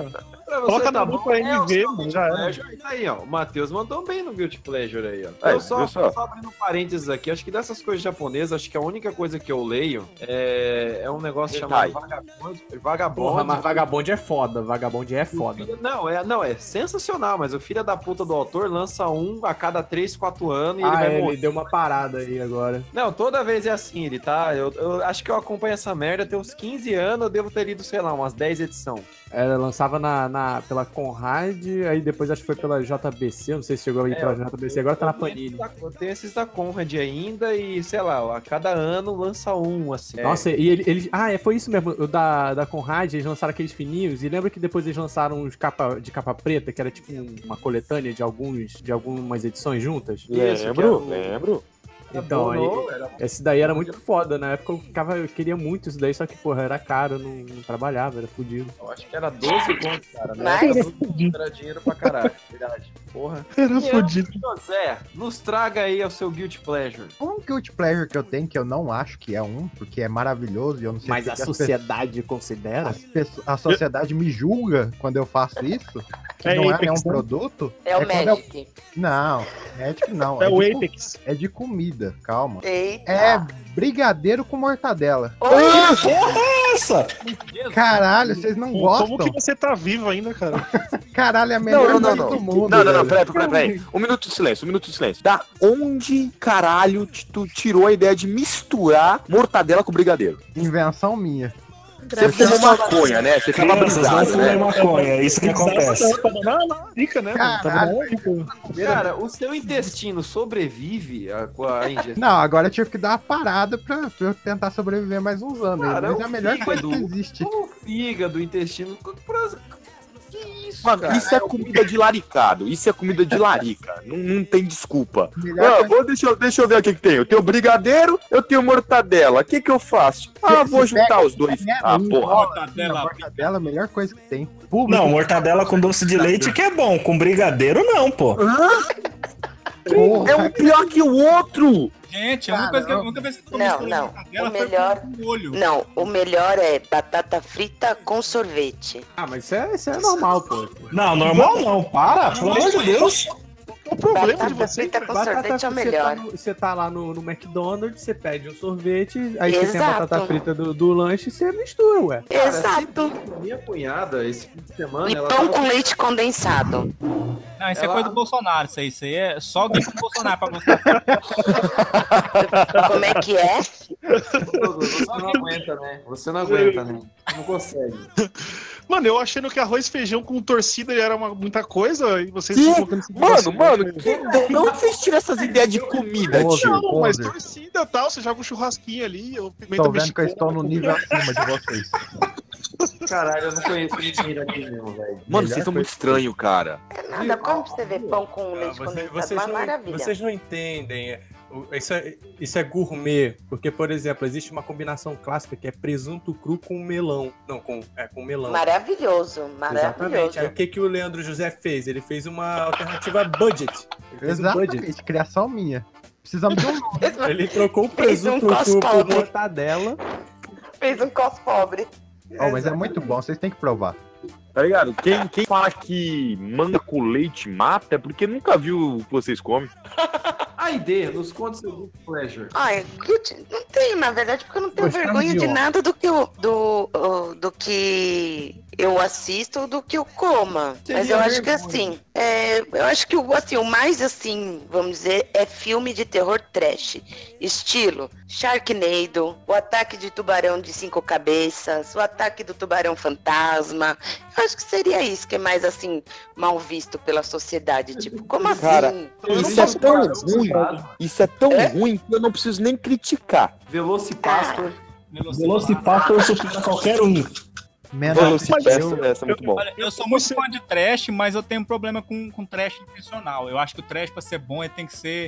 Pra você Coloca tá na bom, boca é o M V, seu mano, Guilty já era. Pleasure. Tá aí, ó. O Matheus mandou bem no Guilty Pleasure aí, ó. Aí, eu só, viu só? só abrindo parênteses aqui, acho que dessas coisas japonesas, acho que a única coisa que eu leio é, é um negócio Hentai. chamado Vagabond. Vagabond. Porra, mas Vagabond é foda. Vagabond é O foda. filho- Não, é, não, é sensacional, mas o filho da puta do autor lança um a cada três, quatro anos e ele Ah, vai ele morrer. deu uma parada aí agora. Não, toda vez é assim, ele tá. Eu, eu acho que eu acompanho essa merda tem uns quinze anos, eu devo ter lido, sei lá, umas dez edições. Ela lançava na, na, pela Conrad, aí depois acho que foi pela J B C, eu não sei se chegou aí É, pela eu- J B C, agora tá na Eu tenho Panini. esses da- Eu tenho esses da Conrad ainda e, sei lá, a cada ano lança um, assim. Nossa, e ele, eles. Ah, é, foi isso mesmo. O da, da Conrad, eles lançaram aqueles fininhos. E lembra que depois eles lançaram uns capa, de capa preta, que era tipo um- uma coletânea de, alguns, de algumas edições juntas? Lembro, lembro. Então, aí, bom, não, era- esse daí era muito foda. Na época eu ficava, eu queria muito isso daí, só que, porra, era caro, eu não, não trabalhava, era fudido. Eu acho que era doze contos, cara. Né? Mas- Era fudido. Era dinheiro pra caralho, verdade. Porra. Era E fudido. eu, Zé, nos traga aí o seu Guilty Pleasure. Um Guilty Pleasure que eu tenho, que eu não acho que é um, porque é maravilhoso e eu não sei Mas se a sociedade considera? As pessoas- a sociedade me julga quando eu faço isso, que É não é Apex, nenhum né? produto. É o quando eu- Magic. Não, Magic não. É o de co- Apex. É de comida, calma. Eita. É brigadeiro com mortadela. Oi, Porra é essa? Caralho, vocês não Pô, gostam? Como que você tá vivo ainda, cara? Caralho, é a melhor Não, não, coisa não, do não. mundo. Não, não, não, velho. peraí, peraí, peraí. Um minuto de silêncio, um minuto de silêncio. Da onde, caralho, tu tirou a ideia de misturar mortadela com brigadeiro? Invenção minha. Você fumou maconha, né? Você tava Crianças, não brisado, fumem né? maconha, é isso que acontece. Tava na, na rica, né? mano? Tava Caralho. na rica. Cara, o seu intestino sobrevive a- com a ingestão? Não, agora eu tive que dar uma parada pra, pra eu tentar sobreviver mais uns anos. aí, Cara, mas o é a melhor coisa que fígado. existe. O fígado, o intestino. Que isso, Mano, cara? isso é comida de laricado. Isso é comida de larica. Não, não tem desculpa. Melhor Ah, coisa- vou, deixa, eu- deixa eu ver o que, que tem. Eu tenho brigadeiro, eu tenho mortadela. O que, que eu faço? Ah, vou juntar os dois. Ah, porra. Mortadela, mortadela, a melhor coisa que tem. Público. Não, mortadela com doce de leite que é bom, com brigadeiro não, pô. Porra, É um pior que o outro. Gente, a única coisa que eu nunca vez que eu comi Não, com não. mortadela O foi melhor- com molho. Não, o melhor é batata frita com sorvete. Ah, mas isso é, isso é normal, pô. Não, normal não, para, pelo amor de Deus. Qual o problema de Batata você? frita com Batata, sorvete é o você melhor. Tá no- você tá lá no, no McDonald's, você pede um sorvete, aí você tem a Exato. batata frita do, do lanche e você mistura, ué. Exato. Minha cunhada, esse fim de semana, E ela pão tava- com leite condensado. Não, isso é Ela- coisa do Bolsonaro, isso aí. Isso aí é só alguém com o Bolsonaro pra gostar. Como é que é? Você não aguenta, né? Você não aguenta, né? Não consegue. Mano, eu achando que arroz e feijão com torcida era uma, muita coisa e vocês Que? colocando esse Mano, negócio- mano, que, de onde vocês tiram essas ideias de comida, Ô, tio? Não, mas Poser. torcida e tal, você joga um churrasquinho ali, eu pimenta Tô vendo que eu mexicana. estou no nível acima de vocês. Caralho, eu não conheço ninguém daqui mesmo, velho. Mano, Melhor vocês são coisa muito estranhos, cara. É nada, como você vê pão com Ah, leite você- condensado? vocês, Uma não, maravilha. vocês não entendem. é, o- Isso é, isso é gourmet, porque, por exemplo, existe uma combinação clássica que é presunto cru com melão. Não, com, é, com melão. Maravilhoso, maravilhoso. Exatamente. Aí o que, que o Leandro José fez? Ele fez uma alternativa budget. Ele fez um budget. Exatamente, criação minha. Precisamos de um. Ele trocou o Fez um presunto cru por cospobre. mortadela. Fez um cos pobre. Oh, mas é muito bom, vocês têm que provar. Tá ligado? Quem, quem fala que manga com leite mata é porque nunca viu o que vocês comem. Aide, nos conta seu Guilty Pleasure. Ai, guilty- não tenho, na verdade, porque eu não tenho Gostava vergonha de de ó. nada do que eu, do, o- do que eu assisto ou do que eu coma. Seria Mas eu acho que vergonha. assim, é, eu acho que o, assim, o mais assim, vamos dizer, é filme de terror trash. Estilo Sharknado, o ataque de tubarão de cinco cabeças, o ataque do tubarão fantasma. Eu acho que seria isso que é mais assim, mal visto pela sociedade. Tipo, como assim? Cara, Isso é tão Tubarão ruim, sentado. isso é tão É? ruim que eu não preciso nem criticar. Velocipastor. Velocipastor supera qualquer um. Menos Velocipastor, essa é muito bom. Olha, eu sou muito fã de trash, mas eu tenho um problema com, com trash intencional. Eu acho que o trash, pra ser bom, ele tem que ser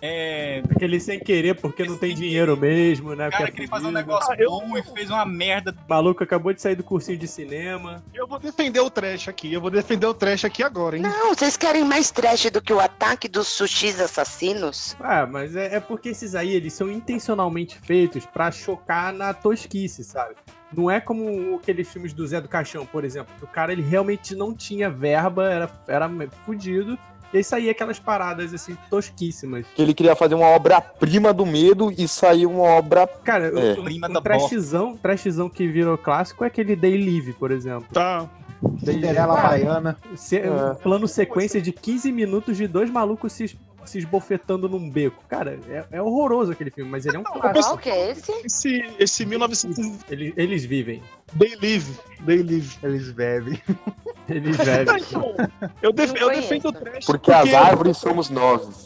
É... Aquele sem querer, porque não tem dinheiro mesmo, né? Cara, Porque é queria fazer um fudido. negócio Ah, eu- bom e fez uma merda. O maluco acabou de sair do cursinho de cinema. Eu vou defender o trash aqui, eu vou defender o trash aqui agora, hein? Não, vocês querem mais trash do que o ataque dos sushis assassinos? Ah, mas é, é porque esses aí, eles são intencionalmente feitos pra chocar na tosquice, sabe? Não é como aqueles filmes do Zé do Caixão, por exemplo, que o cara ele realmente não tinha verba, era, era fudido, e aí saía aquelas paradas assim, tosquíssimas. Que ele queria fazer uma obra-prima do medo e saiu uma obra. Cara, É. o, Prima o da trashzão, trashzão que virou clássico é aquele Day Live, por exemplo. Tá. Cinderela Baiana. Se, É. um plano sequência de quinze minutos de dois malucos se, se esbofetando num beco. Cara, é, é horroroso aquele filme, mas ele é um Qual clássico. que é esse? Esse, esse mil e novecentos... Eles, eles vivem. Day Live. Day Live. Eles bebem. Eles bebem. Eu, def- Não eu conheço. defendo o trash Porque as árvores somos nós.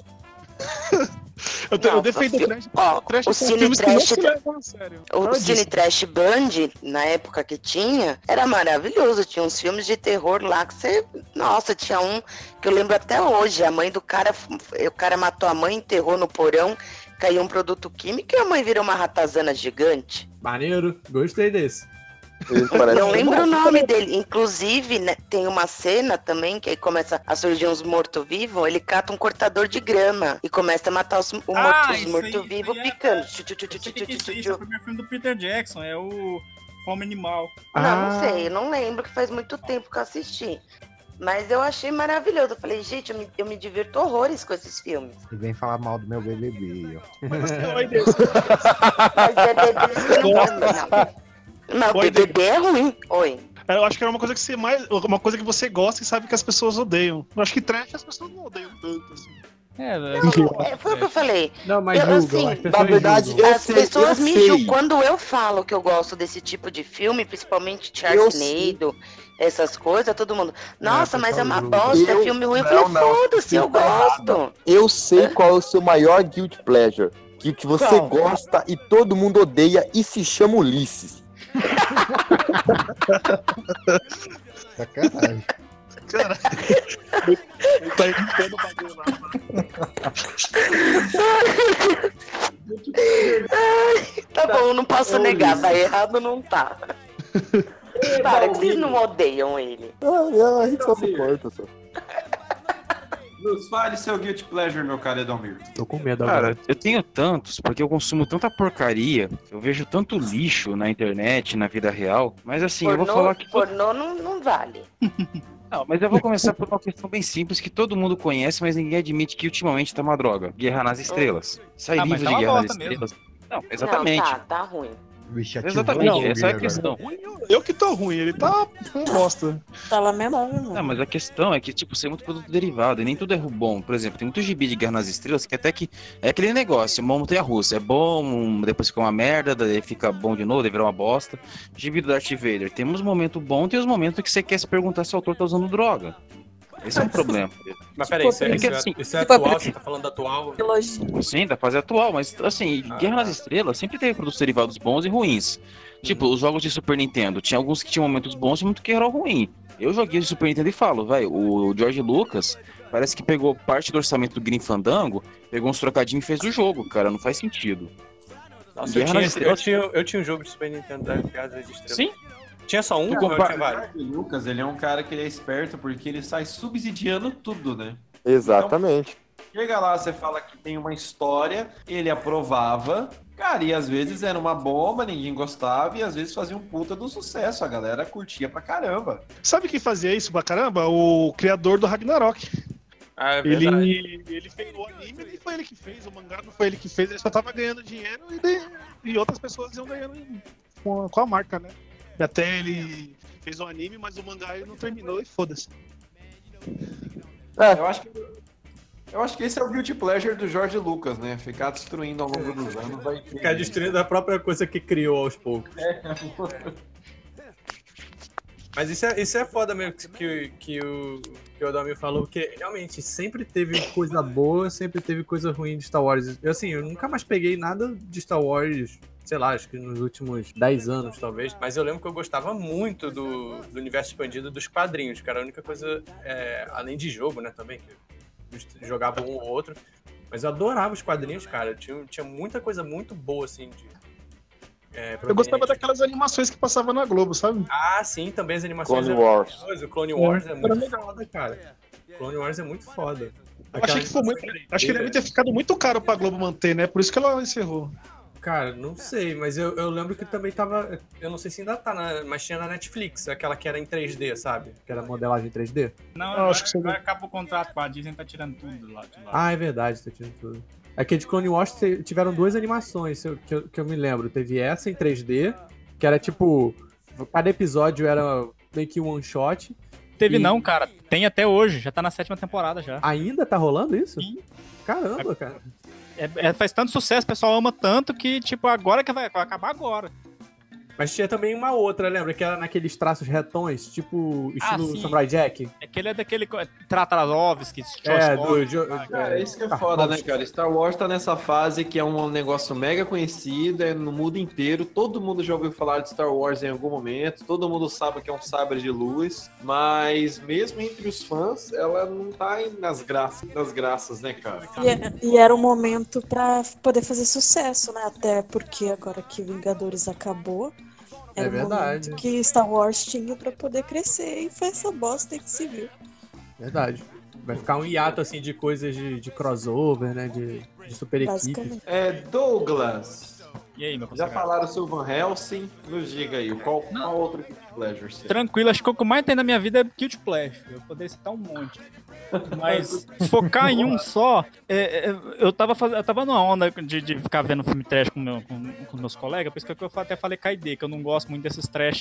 Eu, te- eu Não, defendo o fi- trash. ó, trash o são Cine filmes que não Trash se tá- levam a sério. O Nada Cine disso. Trash Band, na época que tinha, era maravilhoso. Tinha uns filmes de terror lá que você... Nossa, tinha um que eu lembro até hoje. A mãe do cara... O cara matou a mãe, enterrou no porão, caiu um produto químico e a mãe virou uma ratazana gigante. Maneiro, gostei desse. Ele parece- Não lembro o nome dele. Inclusive, né, tem uma cena também que aí começa a surgir uns mortos-vivos. Ele cata um cortador de grama e começa a matar os, o Ah, morto- os isso aí, mortos-vivos isso aí é- picando. Tchu, tchu, tchu, Eu tchu, sei tchu, que tchu, esse, esse tchu. é o primeiro filme do Peter Jackson, é o Fome Animal. Não, Ah. não sei, eu não lembro, que faz muito tempo que eu assisti. Mas eu achei maravilhoso. Eu falei, gente, eu me, eu me divirto horrores com esses filmes. E vem falar mal do meu B B B, ó. Mas é bebê que não não. Não, Oi, B B B é ruim. Oi. Eu acho que era uma coisa que você mais. Uma coisa que você gosta e sabe que as pessoas odeiam. Eu acho que trash as pessoas não odeiam tanto, assim. É, Não, é, foi o que eu falei. Não, mas Eu, julgam, assim, as pessoas Na verdade, julgam. eu As sei, pessoas eu me sei. julgam. Quando eu falo que eu gosto desse tipo de filme, principalmente Eu sei. Sharknado, essas coisas, todo mundo. Nossa, Não, mas é uma pessoal julga. bosta, é Eu- filme ruim. Eu não, falei, não, foda-se, eu você tá errado. gosto. Eu sei qual é o seu maior guilty pleasure. Que, que você Qual? gosta e todo mundo odeia e se chama Ulisses. Sacanagem. Cara, ele tá editando o bagulho lá. Ai, tá bom, não posso negar, vai errado não tá. Para, que vocês não odeiam ele. Ah, a gente só suporta, só. Luz, fale seu guilty pleasure, meu cara Edomir. Tô com medo agora. Cara, eu tenho tantos, porque eu consumo tanta porcaria, eu vejo tanto lixo na internet, na vida real, mas assim, eu vou Pornô, falar que... pornô não, não vale. Não, mas eu vou começar por uma questão bem simples que todo mundo conhece, mas ninguém admite que ultimamente tá uma droga. Guerra nas Estrelas. Sai Ah, mas livro tá de uma Guerra nas bosta mesmo. Estrelas. Não, exatamente. Não, tá, tá ruim. Vixe, ativou Exatamente, o essa é a agora. questão. Eu que tô ruim, ele tá um bosta. Tá lamentável, mano. Não, mas a questão é que, tipo, você é muito produto derivado e nem tudo é bom. Por exemplo, tem muito gibi de Guerra nas Estrelas que até que é aquele negócio, uma montanha-russa. É bom, depois fica uma merda, daí fica bom de novo, daí vira uma bosta. Gibi do Darth Vader, temos momentos bons e os momentos que você quer se perguntar se o autor tá usando droga. Esse é um problema. Mas peraí, isso é, É isso que é, assim, isso é tipo, atual? Você tá falando atual? Elogio. Sim, da fase atual, mas assim, Guerra nas Estrelas sempre teve produtos derivados bons e ruins. Tipo, os jogos de Super Nintendo, tinha alguns que tinham momentos bons e muito que eram ruins. Eu joguei de Super Nintendo e falo, vai, o George Lucas parece que pegou parte do orçamento do Grim Fandango, pegou uns trocadinhos e fez o jogo, cara, não faz sentido. Nossa, eu Guerra tinha, nas eu, Estrelas. tinha, eu tinha um jogo de Super Nintendo da Guerra das Estrelas. Sim. Tinha só um Tu ou eu compa- tinha vários? O Lucas, ele é um cara que ele é esperto porque ele sai subsidiando tudo, né? Exatamente. Chega lá, você fala que tem uma história, ele aprovava, cara, e às vezes era uma bomba, ninguém gostava, e às vezes fazia um puta do sucesso, a galera curtia pra caramba. Sabe quem fazia isso pra caramba? O criador do Ragnarok. Ah, é verdade. Ele, ele fez o anime, não foi ele que fez, o mangá não foi ele que fez, ele só tava ganhando dinheiro e, de- e outras pessoas iam ganhando com a, com a marca, né? E até ele fez o anime, mas o mangá ele não terminou e foda-se. É. Eu acho que eu acho que esse é o guilty pleasure do George Lucas, né? Ficar destruindo ao longo dos anos vai ter. Ficar destruindo a própria coisa que criou aos poucos. Mas isso é, isso é foda mesmo que, que, que o, que o Adamir falou, porque realmente sempre teve coisa boa, sempre teve coisa ruim de Star Wars. Eu, assim, eu nunca mais peguei nada de Star Wars, sei lá, acho que nos últimos dez anos, talvez. Mas eu lembro que eu gostava muito do, do universo expandido dos quadrinhos, que era a única coisa, é, além de jogo, né, também, que jogava um ou outro. Mas eu adorava os quadrinhos, cara. Tinha, tinha muita coisa muito boa, assim, de... É, eu gostava daquelas animações que passavam na Globo, sabe? Ah, sim, também as animações... Clone Wars. O Clone Wars é, é muito foda, cara. Clone Wars é muito foda. Achei que foi muito... Acho que deve ter ficado muito caro pra Globo manter, né? Por isso que ela encerrou. Cara, não sei, mas eu, eu lembro que também tava... Eu não sei se ainda tá, na, mas tinha na Netflix, aquela que era em três D, sabe? Que era modelagem em três D. Não, Ah, agora, acho que você- agora acaba o contrato com a Disney, tá tirando tudo lá de lá. Ah, é verdade, tá tirando tudo. Aqui de Clone Wars te- tiveram duas animações se eu- que, eu, que eu me lembro. Teve essa em três D, que era tipo... Cada episódio era meio que um one shot. Teve e- não, cara. Tem até hoje, já tá na sétima temporada já. Ainda tá rolando isso? Sim. Caramba, cara. É, é, faz tanto sucesso, o pessoal ama tanto que, tipo, agora que vai, vai acabar agora. Mas tinha também uma outra, lembra? Que era naqueles traços retões, tipo estilo Ah, sim. Samurai Jack. Aquele é daquele Tratarovski, É, do... Jo- Cara, isso que é foda, né, cara? Star Wars tá nessa fase que é um negócio mega conhecido, é no mundo inteiro, todo mundo já ouviu falar de Star Wars em algum momento, todo mundo sabe que é um sabre de luz, mas mesmo entre os fãs, ela não tá nas graças, nas graças, né, cara? E, é- e era um momento pra poder fazer sucesso, né? Até porque agora que Vingadores acabou, era É um verdade. momento que Star Wars tinha pra poder crescer e foi essa bosta que se viu. Verdade. Vai ficar um hiato, assim, de coisas de, de crossover, né? De, de super equipe. Basicamente. É, Douglas, E aí, meu já consagrado? falaram sobre Van Helsing, nos diga aí, qual, qual outro Guilty Pleasure você Tranquilo, acho que o que eu mais tenho na minha vida é Guilty Pleasure. Eu poderia citar um monte. Mas focar em um só, é, é, eu, tava faz... eu tava numa onda de, de ficar vendo filme trash com, meu, com, com meus colegas, por isso que eu até falei com a I D, que eu não gosto muito desses trash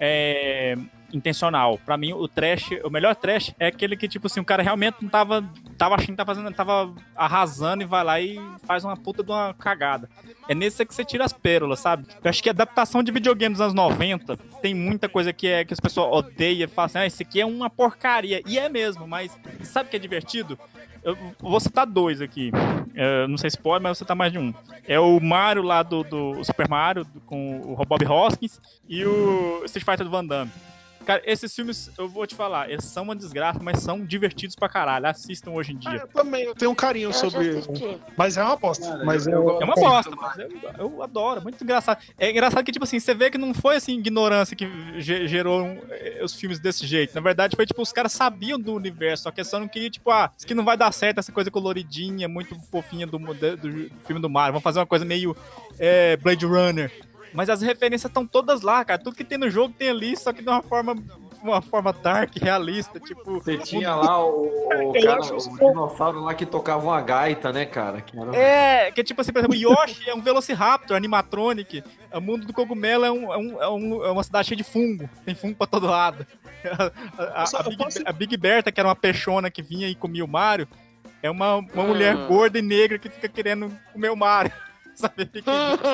é, intencional. Pra mim, o trash, o melhor trash é aquele que, tipo assim, o cara realmente não tava, tava achando que tava fazendo, tava arrasando e vai lá e faz uma puta de uma cagada. É nesse que você tira as pérolas, sabe? Eu acho que a adaptação de videogame dos anos noventa tem muita coisa que, é, que as pessoas odeiam e falam assim, ah, esse aqui é uma porcaria. E é mesmo, mas sabe o que é divertido? Eu vou citar dois aqui. Eu não sei se pode, mas vou citar mais de um. É o Mario lá do, do Super Mario, do- com o Bob Hoskins, e o Street Fighter do Van Damme. Cara, esses filmes, eu vou te falar, eles são uma desgraça, mas são divertidos pra caralho. Assistam hoje em dia. Eu também, eu tenho um carinho Eu já sobre. assisti. Mas é uma bosta. Mas eu- eu, eu É uma bosta, mas eu, eu adoro, muito engraçado. É engraçado que, tipo assim, você vê que não foi, assim, ignorância que ge- gerou um, eh, os filmes desse jeito. Na verdade, foi, tipo, os caras sabiam do universo, só que só não queria, tipo, ah, isso aqui não vai dar certo, essa coisa coloridinha, muito fofinha do, do, do filme do Mario. Vamos fazer uma coisa meio eh, Blade Runner. Mas as referências estão todas lá, cara. Tudo que tem no jogo tem ali, só que de uma forma... uma forma dark, realista, tipo... Você tinha lá o, o, Eu cara, acho o isso- dinossauro lá que tocava uma gaita, né, cara? Que era- É, que tipo assim, por exemplo, Yoshi é um Velociraptor, animatronic. O mundo do cogumelo é, um, é, um, é, um- é uma cidade cheia de fungo. Tem fungo pra todo lado. A, a- a- Eu só- a eu Big, posso- a Big Bertha, que era uma peixona que vinha e comia o Mario, é uma, uma Hum. mulher gorda e negra que fica querendo comer o Mario. Sabe? Fica-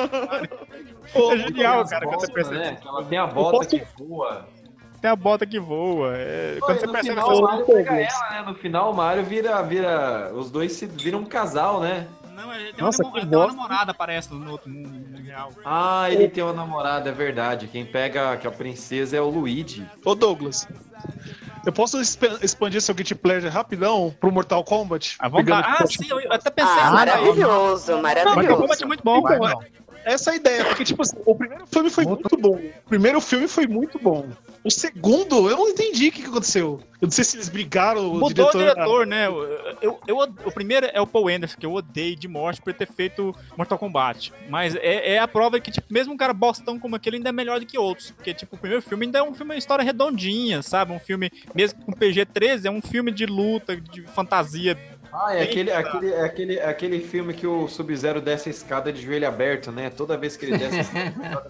Pô, É genial, As cara, quando você botas, percebe. né? Que ela tem a bota que voa. Tem a bota que voa. É, Pô, quando e você no percebe final, essas o Mario pega ela, né? No final, o Mario vira, vira... Os dois se viram um casal, né? Não, é, tem, Nossa, uma, que tem uma bosta. namorada, aparece no outro mundo, no real. Ah, ele tem uma namorada, é verdade. Quem pega que a princesa é o Luigi. Ô Douglas, eu posso exp- expandir seu Guilty Pleasure rapidão pro Mortal Kombat? À vontade. Pegando- Ah, sim, eu até pensei Ah, nisso aí. maravilhoso, Mortal maravilhoso. Kombat é muito bom. Então, é- essa é a ideia, porque, tipo assim, o primeiro filme foi muito bom. O primeiro filme foi muito bom. O segundo, eu não entendi o que que aconteceu. Eu não sei se eles brigaram, o Mudou diretor... o diretor, né? Eu, eu, eu- o primeiro é o Paul Anderson, que eu odeio de morte por ter feito Mortal Kombat. Mas é, é a prova que, tipo, mesmo um cara bostão como aquele ainda é melhor do que outros. Porque, tipo, o primeiro filme ainda é um filme, uma história redondinha, sabe? Um filme, mesmo com P G treze, é um filme de luta, de fantasia. Ah, é aquele, Eita. aquele, é aquele, é aquele filme que o Sub-Zero desce a escada de joelho aberto, né? Toda vez que ele desce a escada...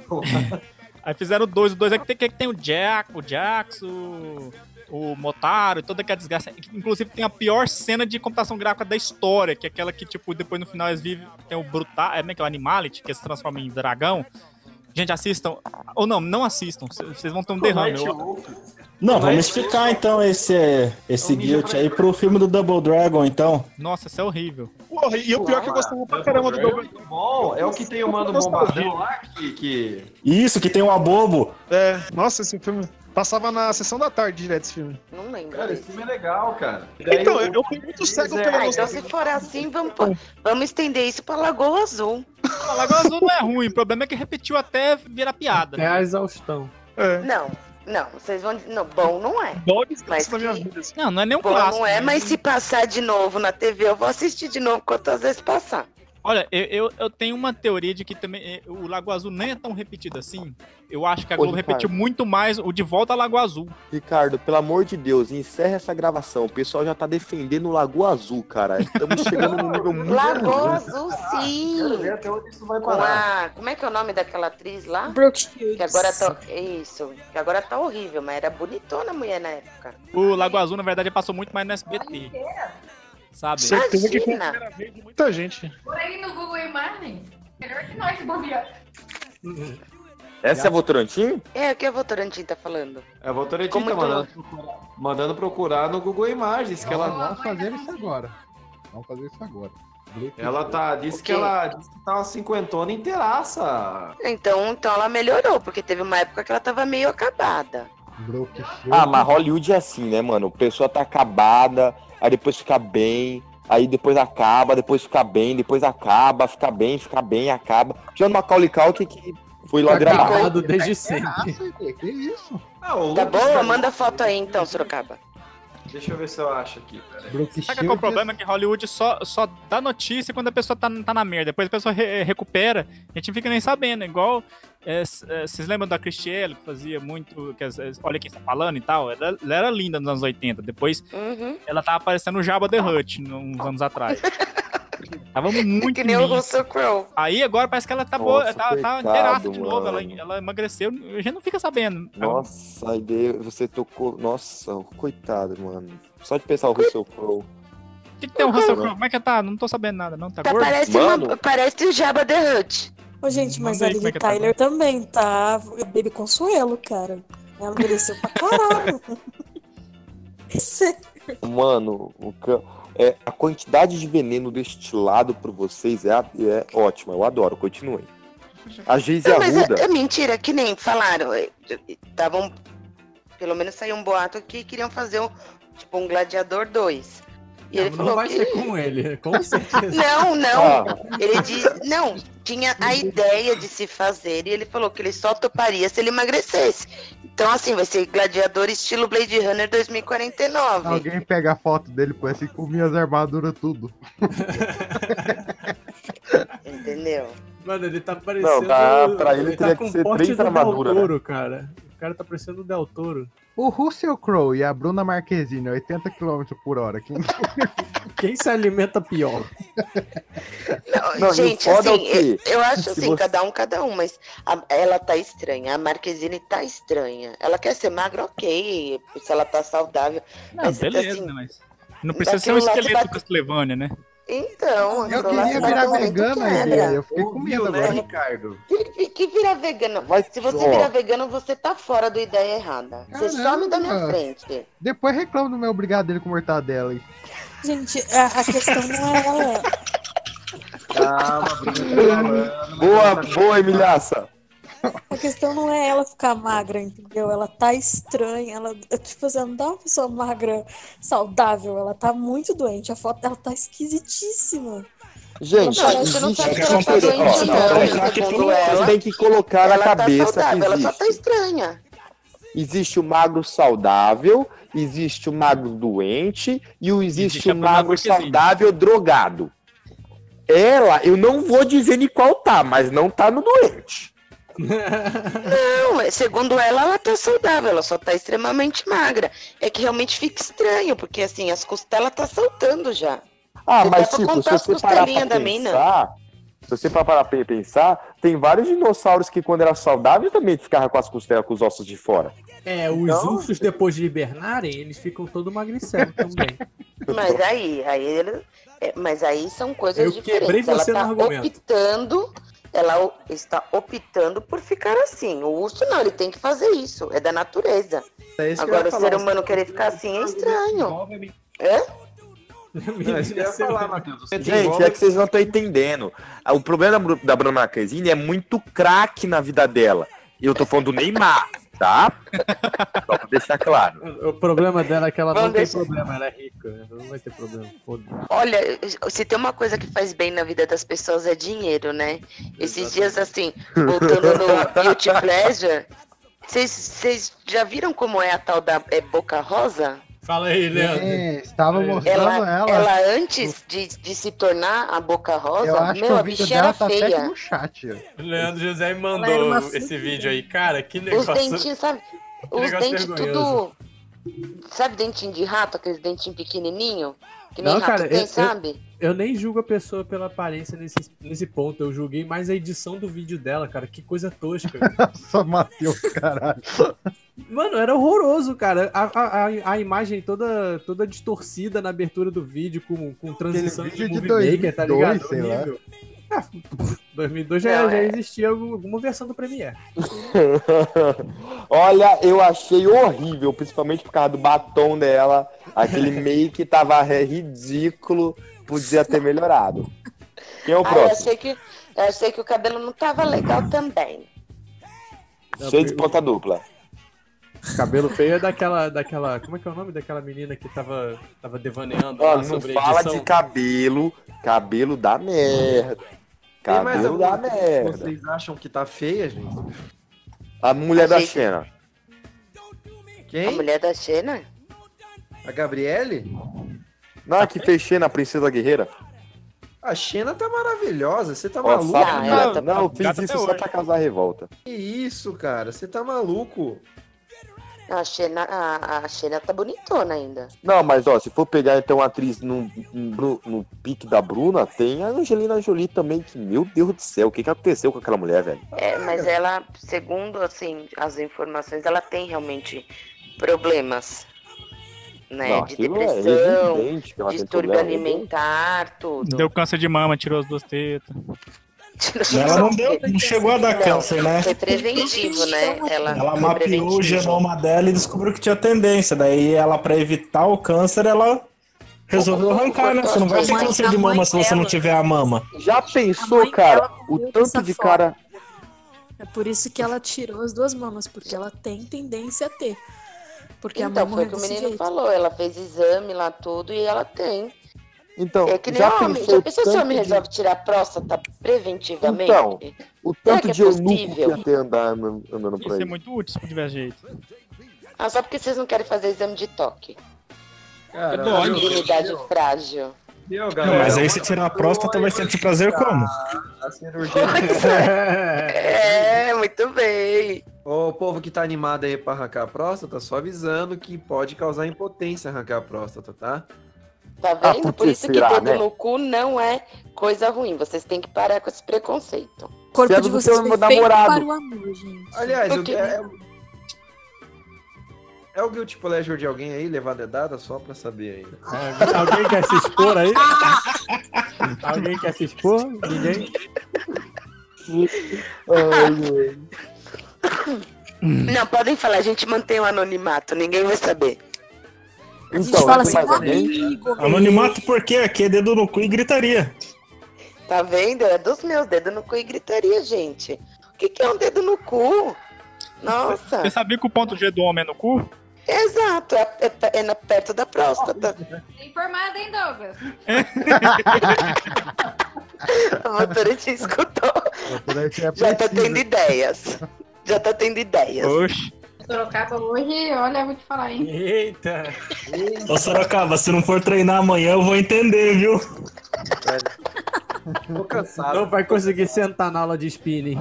Aí fizeram dois, o dois é que tem, que tem o Jack, o Jax, o, o Motaro, toda aquela desgraça. Inclusive tem a pior cena de computação gráfica da história, que é aquela que, tipo, depois no final eles vivem, tem o Brutal, é, que é o Animality, que se transforma em dragão. Gente, assistam. Ou não, não assistam, vocês vão ter um derrame. Eu, Não, vamos explicar então esse, esse Guilt aí pro filme do Double Dragon, então. Nossa, isso é horrível. Porra, e o pior é que eu gostava pra caramba do Double Dragon. Bom, é o que tem o Mano Bombadão lá que, que... Isso, que tem o Abobo. É, nossa, esse filme... Passava na sessão da tarde direto esse filme. Não lembro. Cara, esse filme é legal, cara. Então, eu, eu fui muito cego pela Ah, então se for assim, vamos, vamos estender isso pra Lagoa Azul. A Lagoa Azul não é ruim, o problema é que repetiu até virar piada. É a exaustão. É. Não, não, vocês vão dizer. Não, bom não é. Bom mas na minha que... vida. Assim. Não, não é nem um bom clássico. não é, né? mas se passar de novo na T V, eu vou assistir de novo quantas vezes passar. Olha, eu, eu, eu tenho uma teoria de que também o Lagoa Azul nem é tão repetido assim. Eu acho que a Ô, Globo Ricardo. repetiu muito mais o De Volta à Lagoa Azul. Ricardo, pelo amor de Deus, encerra essa gravação. O pessoal já tá defendendo o Lagoa Azul, cara. Estamos chegando num nível muito... Lagoa Azul, sim. Quero ver até onde isso vai Com parar. a... Como é que é o nome daquela atriz lá? Brooke Shields. Que agora tá... Isso, que agora tá horrível, mas era bonitona a mulher na época. O Lagoa Azul, na verdade, passou muito mais no S B T. Sabe? Certeza que foi a Imagina. primeira vez de muita gente. Por aí no Google Imagens. Melhor que nós, bobear. Essa é a Votorantim? É, o que a Votorantim tá falando? É a Votorantim Como tá muito- mandando procurar, mandando procurar no Google Imagens, que ela, Vamos fazer isso agora. Vamos fazer isso agora. ela tá, disse O que quê? ela disse que tá uma cinquentona inteiraça. Então, então ela melhorou, porque teve uma época que ela tava meio acabada. Brooke Shields. Ah, mas Hollywood é assim, né, mano? A pessoa tá acabada, aí depois fica bem, aí depois acaba, depois fica bem, depois acaba, fica bem, fica bem, acaba. Já no Macaulay Culkin que foi lá Tá gravar. acabado desde sempre. Que isso? Ah, o Tá Lucas bom? tá- Manda foto aí então, Sorocaba. Deixa eu ver se eu acho aqui, peraí. Brooke Sabe qual é o problema? É que Hollywood só, só dá notícia quando a pessoa tá, tá na merda. Depois a pessoa re- recupera, a gente não fica nem sabendo. Igual, é, s- é, vocês lembram da Cristiane, que fazia muito... Que, as- as- olha quem tá falando e tal. Ela, ela era linda nos anos oitenta. Depois Uhum. ela tava aparecendo no Jabba the Hutt, uns anos atrás. Tava muito Que nem o imensa. Russell Crowe. Aí agora parece que ela tá boa, Nossa, tá, tá coitado, inteiraça de novo. Ela, mano. ela emagreceu, a gente não fica sabendo. Nossa, a ideia, você tocou... Nossa, coitado, mano. Só de pensar o Russell Crowe. O que, que tem o Russell Crowe? Como é que tá? Não tô sabendo nada, não. Tá, Tá, gordo? parece, Mano. uma, parece o Jabba the Hutt. Ô, gente, mas Manda a aí como Lily é que tá Tyler também tá Baby Consuelo, cara. Ela mereceu pra caralho. Sério. Mano, o que... é, a quantidade de veneno destilado por vocês é, a- é ótima, eu adoro, continuem. A Geise Não, mas Arruda, é, é mentira, que nem falaram. Estavam. Pelo menos saiu um boato que queriam fazer um, tipo, um Gladiador dois. E ele Não, falou não vai que... ser com ele, com certeza. Não, não. Ah. Ele diz. Não, tinha a ideia de se fazer e ele falou que ele só toparia se ele emagrecesse. Então, assim, vai ser Gladiador estilo Blade Runner dois mil e quarenta e nove. Alguém pega a foto dele, põe assim, comia as armaduras tudo. Entendeu? Mano, ele tá parecendo... Não, tá- pra ele tá teria com que ser porte três do armaduras, Del Toro, cara. O cara tá parecendo o Del Toro. O Russell Crowe e a Bruna Marquezine, oitenta quilômetros por hora. Quem... Quem se alimenta pior? Não, Não, e o gente, foda é o assim, quê? eu, eu acho Se assim, você- cada um, cada um, mas a- ela tá estranha, a Marquezine tá estranha. Ela quer ser magra, ok, se ela tá saudável. Não, mas, beleza, assim, né, mas... Não precisa ser um daquilo lá que esqueleto bate- Castlevania, né? Então, Eu aquilo lá queria vai virar ter um momento vegana, que a quebra. ideia. Eu fiquei com Ouviu, medo né, agora. Ricardo? Que, que virar vegano? Vai- Se você ó. virar vegano, você tá fora do ideia errada. Você some da minha Caramba. frente. Depois reclamo do meu brigadeiro com mortadela. hein? Gente, a, a questão não é ela. Calma, Bruna. boa, boa, Emilhaça. A questão não é ela ficar magra, entendeu? Ela tá estranha. Ela, tipo, você não tá uma pessoa magra saudável. Ela tá muito doente. A foto dela tá esquisitíssima. Gente, Não, você não existe... sabe que ela tá doente, Ó, não. Segundo vocês ela, têm que colocar na ela tá cabeça saudável, que ela só existe. tá estranha. Existe o magro saudável, existe o magro doente e o existe, Existe a o Bruna magro Marquezine. saudável drogado. Ela, eu não vou dizer em qual tá, mas não tá no doente. Não, é- segundo ela, ela tá saudável, ela só tá extremamente magra. É que realmente fica estranho, porque assim, as costelas tá saltando já. Ah, Você mas dá pra tipo, se contar as você parar pra costelinhas da mina. pensar, se você parar pra pensar, tem vários dinossauros que quando era saudável também ficavam com as costelas, com os ossos de fora. É, os Então- ursos, depois de hibernarem, eles ficam todo magricelo também. Mas aí, aí ele, é, mas aí são coisas Eu quebrei diferentes. Ela você tá no argumento. optando, ela o- está optando por ficar assim. O urso não, ele tem que fazer isso, é da natureza. É isso que eu Agora, ia o falar. ser humano querer ficar assim é estranho. É? Não, isso que eu ia falar, Matheus. Você Gente, desenvolve- é que vocês não estão entendendo. O problema da, Bru- da Bruna Marquezine é muito craque na vida dela. E eu tô falando do Neymar, tá? Só pra deixar claro. O problema dela é que ela não Vamos tem deixar- problema, ela é rica. Ela não vai ter problema. Foda-se. Olha, se tem uma coisa que faz bem na vida das pessoas é dinheiro, né? Esses dias, assim, voltando no Guilty Pleasure, vocês- vocês já viram como é a tal da é Boca Rosa? Fala aí, Leandro. É, estava mostrando Ela, ela. ela antes de, de se tornar a Boca Rosa, Eu acho meu, que a o vídeo bicha dela era tá até aqui feia. no chat. ó. O Leandro José me Ela era mandou uma esse filha. vídeo aí. Cara, que Os negócio. dentinhos, sabe? Os negócio dentes vergonhoso. tudo... Sabe dentinho de rato? Aqueles dentinhos pequenininho? Que nem Não, rato cara, tem, eu- eu- sabe? Eu nem julgo a pessoa pela aparência nesse, nesse ponto. Eu julguei mais a edição do vídeo dela, cara. Que coisa tosca. Só Matheus, caralho. Mano, era horroroso, cara. A, a, a- a imagem toda, toda distorcida na abertura do vídeo, com, com transição Aquele de vídeo de movie maker, tá ligado? dois mil e dois, sei lá. Horrível. Ah, dois mil e dois já, Não, já é. existia algum- alguma versão do Premiere. Olha, eu achei horrível, principalmente por causa do batom dela. Aquele make tava ridículo, podia ter melhorado. Quem é o Ah, eu próximo? achei que, eu achei que o cabelo não tava legal também. Cheio de ponta dupla. Cabelo feio é daquela, daquela. Como é que é o nome daquela menina que tava, tava devaneando Ó, lá não sobre a fala edição? de cabelo, cabelo dá merda. Tem mais Cabelo dá alguma coisa que merda. vocês acham que tá feia, gente? A mulher da Achei que- Xena. A Quem? mulher da Xena? A Gabriele? Não, a que fez Xena, a Princesa Guerreira. A Xena tá maravilhosa. Você tá Ó, maluco? sabe- Ah, ela tá- Não, eu fiz Gata isso até só hoje. pra causar revolta. Que isso, cara? Você tá maluco? A Xena, a, a Xena tá bonitona ainda. Não, mas ó, se for pegar então a atriz no, no, no pique da Bruna, tem a Angelina Jolie também, que, meu Deus do céu, o que, que aconteceu com aquela mulher, velho? É, mas ela, segundo assim, as informações, ela tem realmente problemas. Né? Não, de aquilo é depressão, evidente que ela tem distúrbio problema. alimentar, tudo. Deu câncer de mama, tirou as duas tetas. Ela não deu, não chegou a dar Não, câncer, né? Foi preventivo, né? Ela, Ela foi mapeou preventivo. o genoma dela e descobriu que tinha tendência. Daí ela, pra evitar o câncer, ela resolveu arrancar, né? Você não vai ter Mãe- câncer a de mãe mama se você não dela- tiver a mama. Já A pensou, mãe cara, dela o morreu tanto dessa de forma. cara... É por isso que ela tirou as duas mamas, porque ela tem tendência a ter. Porque a mãe Então, foi morreu o que o desse menino jeito. falou. Ela fez exame lá, tudo, e ela tem. Então, É que nem já homem. pensou Já pensou se o tanto homem de- resolve tirar a próstata preventivamente? Então, o Será tanto que é de eunuco que possível? ia ter andando, andando por Isso aí. é muito útil se tiver jeito. Ah, só porque vocês não querem fazer exame de toque. Cara, dói. viu? Virilidade frágil. Viu, Não, galera? mas aí se tirar a próstata vai sentir prazer como? A cirurgia. É, muito bem. Ô, povo que tá animado aí pra arrancar a próstata, só avisando que pode causar impotência arrancar a próstata, tá? Tá Ah, vendo? por Por que isso que será, dedo né? no cu não é coisa ruim. Vocês têm que parar com esse preconceito. O corpo Serve de do vocês seu foi feito namorado. para o amor, gente. Aliás, O o- quê? é, é, é o guilty pleasure de alguém aí, levar dedada só pra saber aí. É, alguém quer se expor aí? Alguém quer se expor? Ninguém? Não, podem falar, a gente mantém o anonimato, ninguém vai saber. A gente Então, fala tem assim, mais alguém? amigo. Anonimato por quê? Aqui é dedo no cu e gritaria. Tá vendo? É dos meus dedos no cu e gritaria, gente. O que, que é um dedo no cu? Nossa. Você sabia que o ponto G do homem é no cu? Exato, é, é- é na- perto da próstata. Informada, hein, Douglas? A motorista escutou. Motorista é Já tá preciso. tendo ideias. Já tá tendo ideias. Oxe. Sorocaba hoje, olha, eu vou te falar, hein? Eita! Ô Sorocaba, se não for treinar amanhã, eu vou entender, viu? Tô cansado. Não vai conseguir sentar na aula de spinning.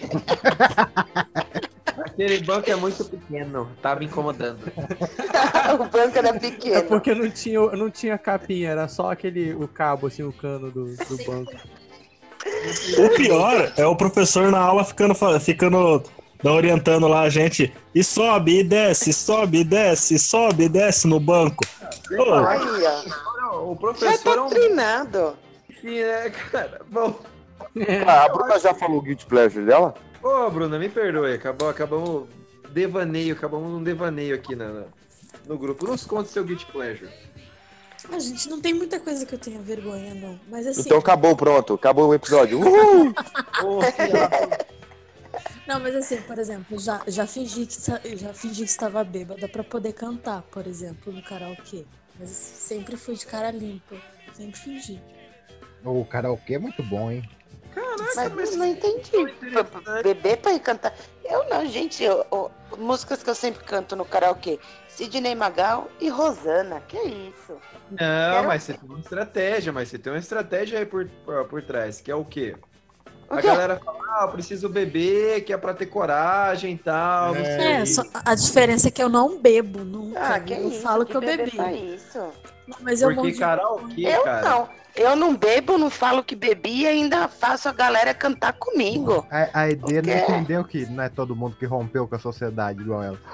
Aquele banco é muito pequeno, tá me incomodando. O banco era É pequeno. porque não tinha, não tinha capinha, era só aquele o cabo, assim, o cano do, do banco. O pior é o professor na aula ficando, fa- ficando orientando lá a gente. E sobe e desce, sobe e desce, sobe e desce no banco. Ô, Aí, ó. O Já professor é tá um treinado. enfim, né, cara? Bom. Ah, a Bruna já falou o guilty pleasure dela? Ô, Bruna, me perdoe, acabou, acabamos devaneio, acabamos num devaneio aqui na, no grupo. Nos conta seu Guilty Pleasure. A gente não tem muita coisa que eu tenha vergonha, não. Mas assim. Então acabou, pronto. Acabou o episódio. Uhul! Não, mas assim, por exemplo, já, já fingi que sa- já fingi que estava bêbada pra poder cantar, por exemplo, no karaokê. Mas sempre fui de cara limpa. Sempre fingi. O karaokê é muito bom, hein? Mas, mas não entendi. Beber pra ir cantar. Eu não, gente. Eu, eu- músicas que eu sempre canto no karaokê. Sidney Magal e Rosana. Que isso? Não, Quero- mas você tem uma estratégia, mas você tem uma estratégia aí por, por, por trás, que é o quê? O A quê? galera fala, ah, eu preciso beber, que é pra ter coragem e tal. não sei. É, só, a diferença é que eu não bebo nunca. Ah, que eu isso? falo que que eu beber bebi. pra isso? Não, mas eu Porque morro de- karaokê, Eu cara. não. Eu não bebo, não falo que bebi e ainda faço a galera cantar comigo. A, a ideia O não quê? entendeu que não é todo mundo que rompeu com a sociedade igual ela.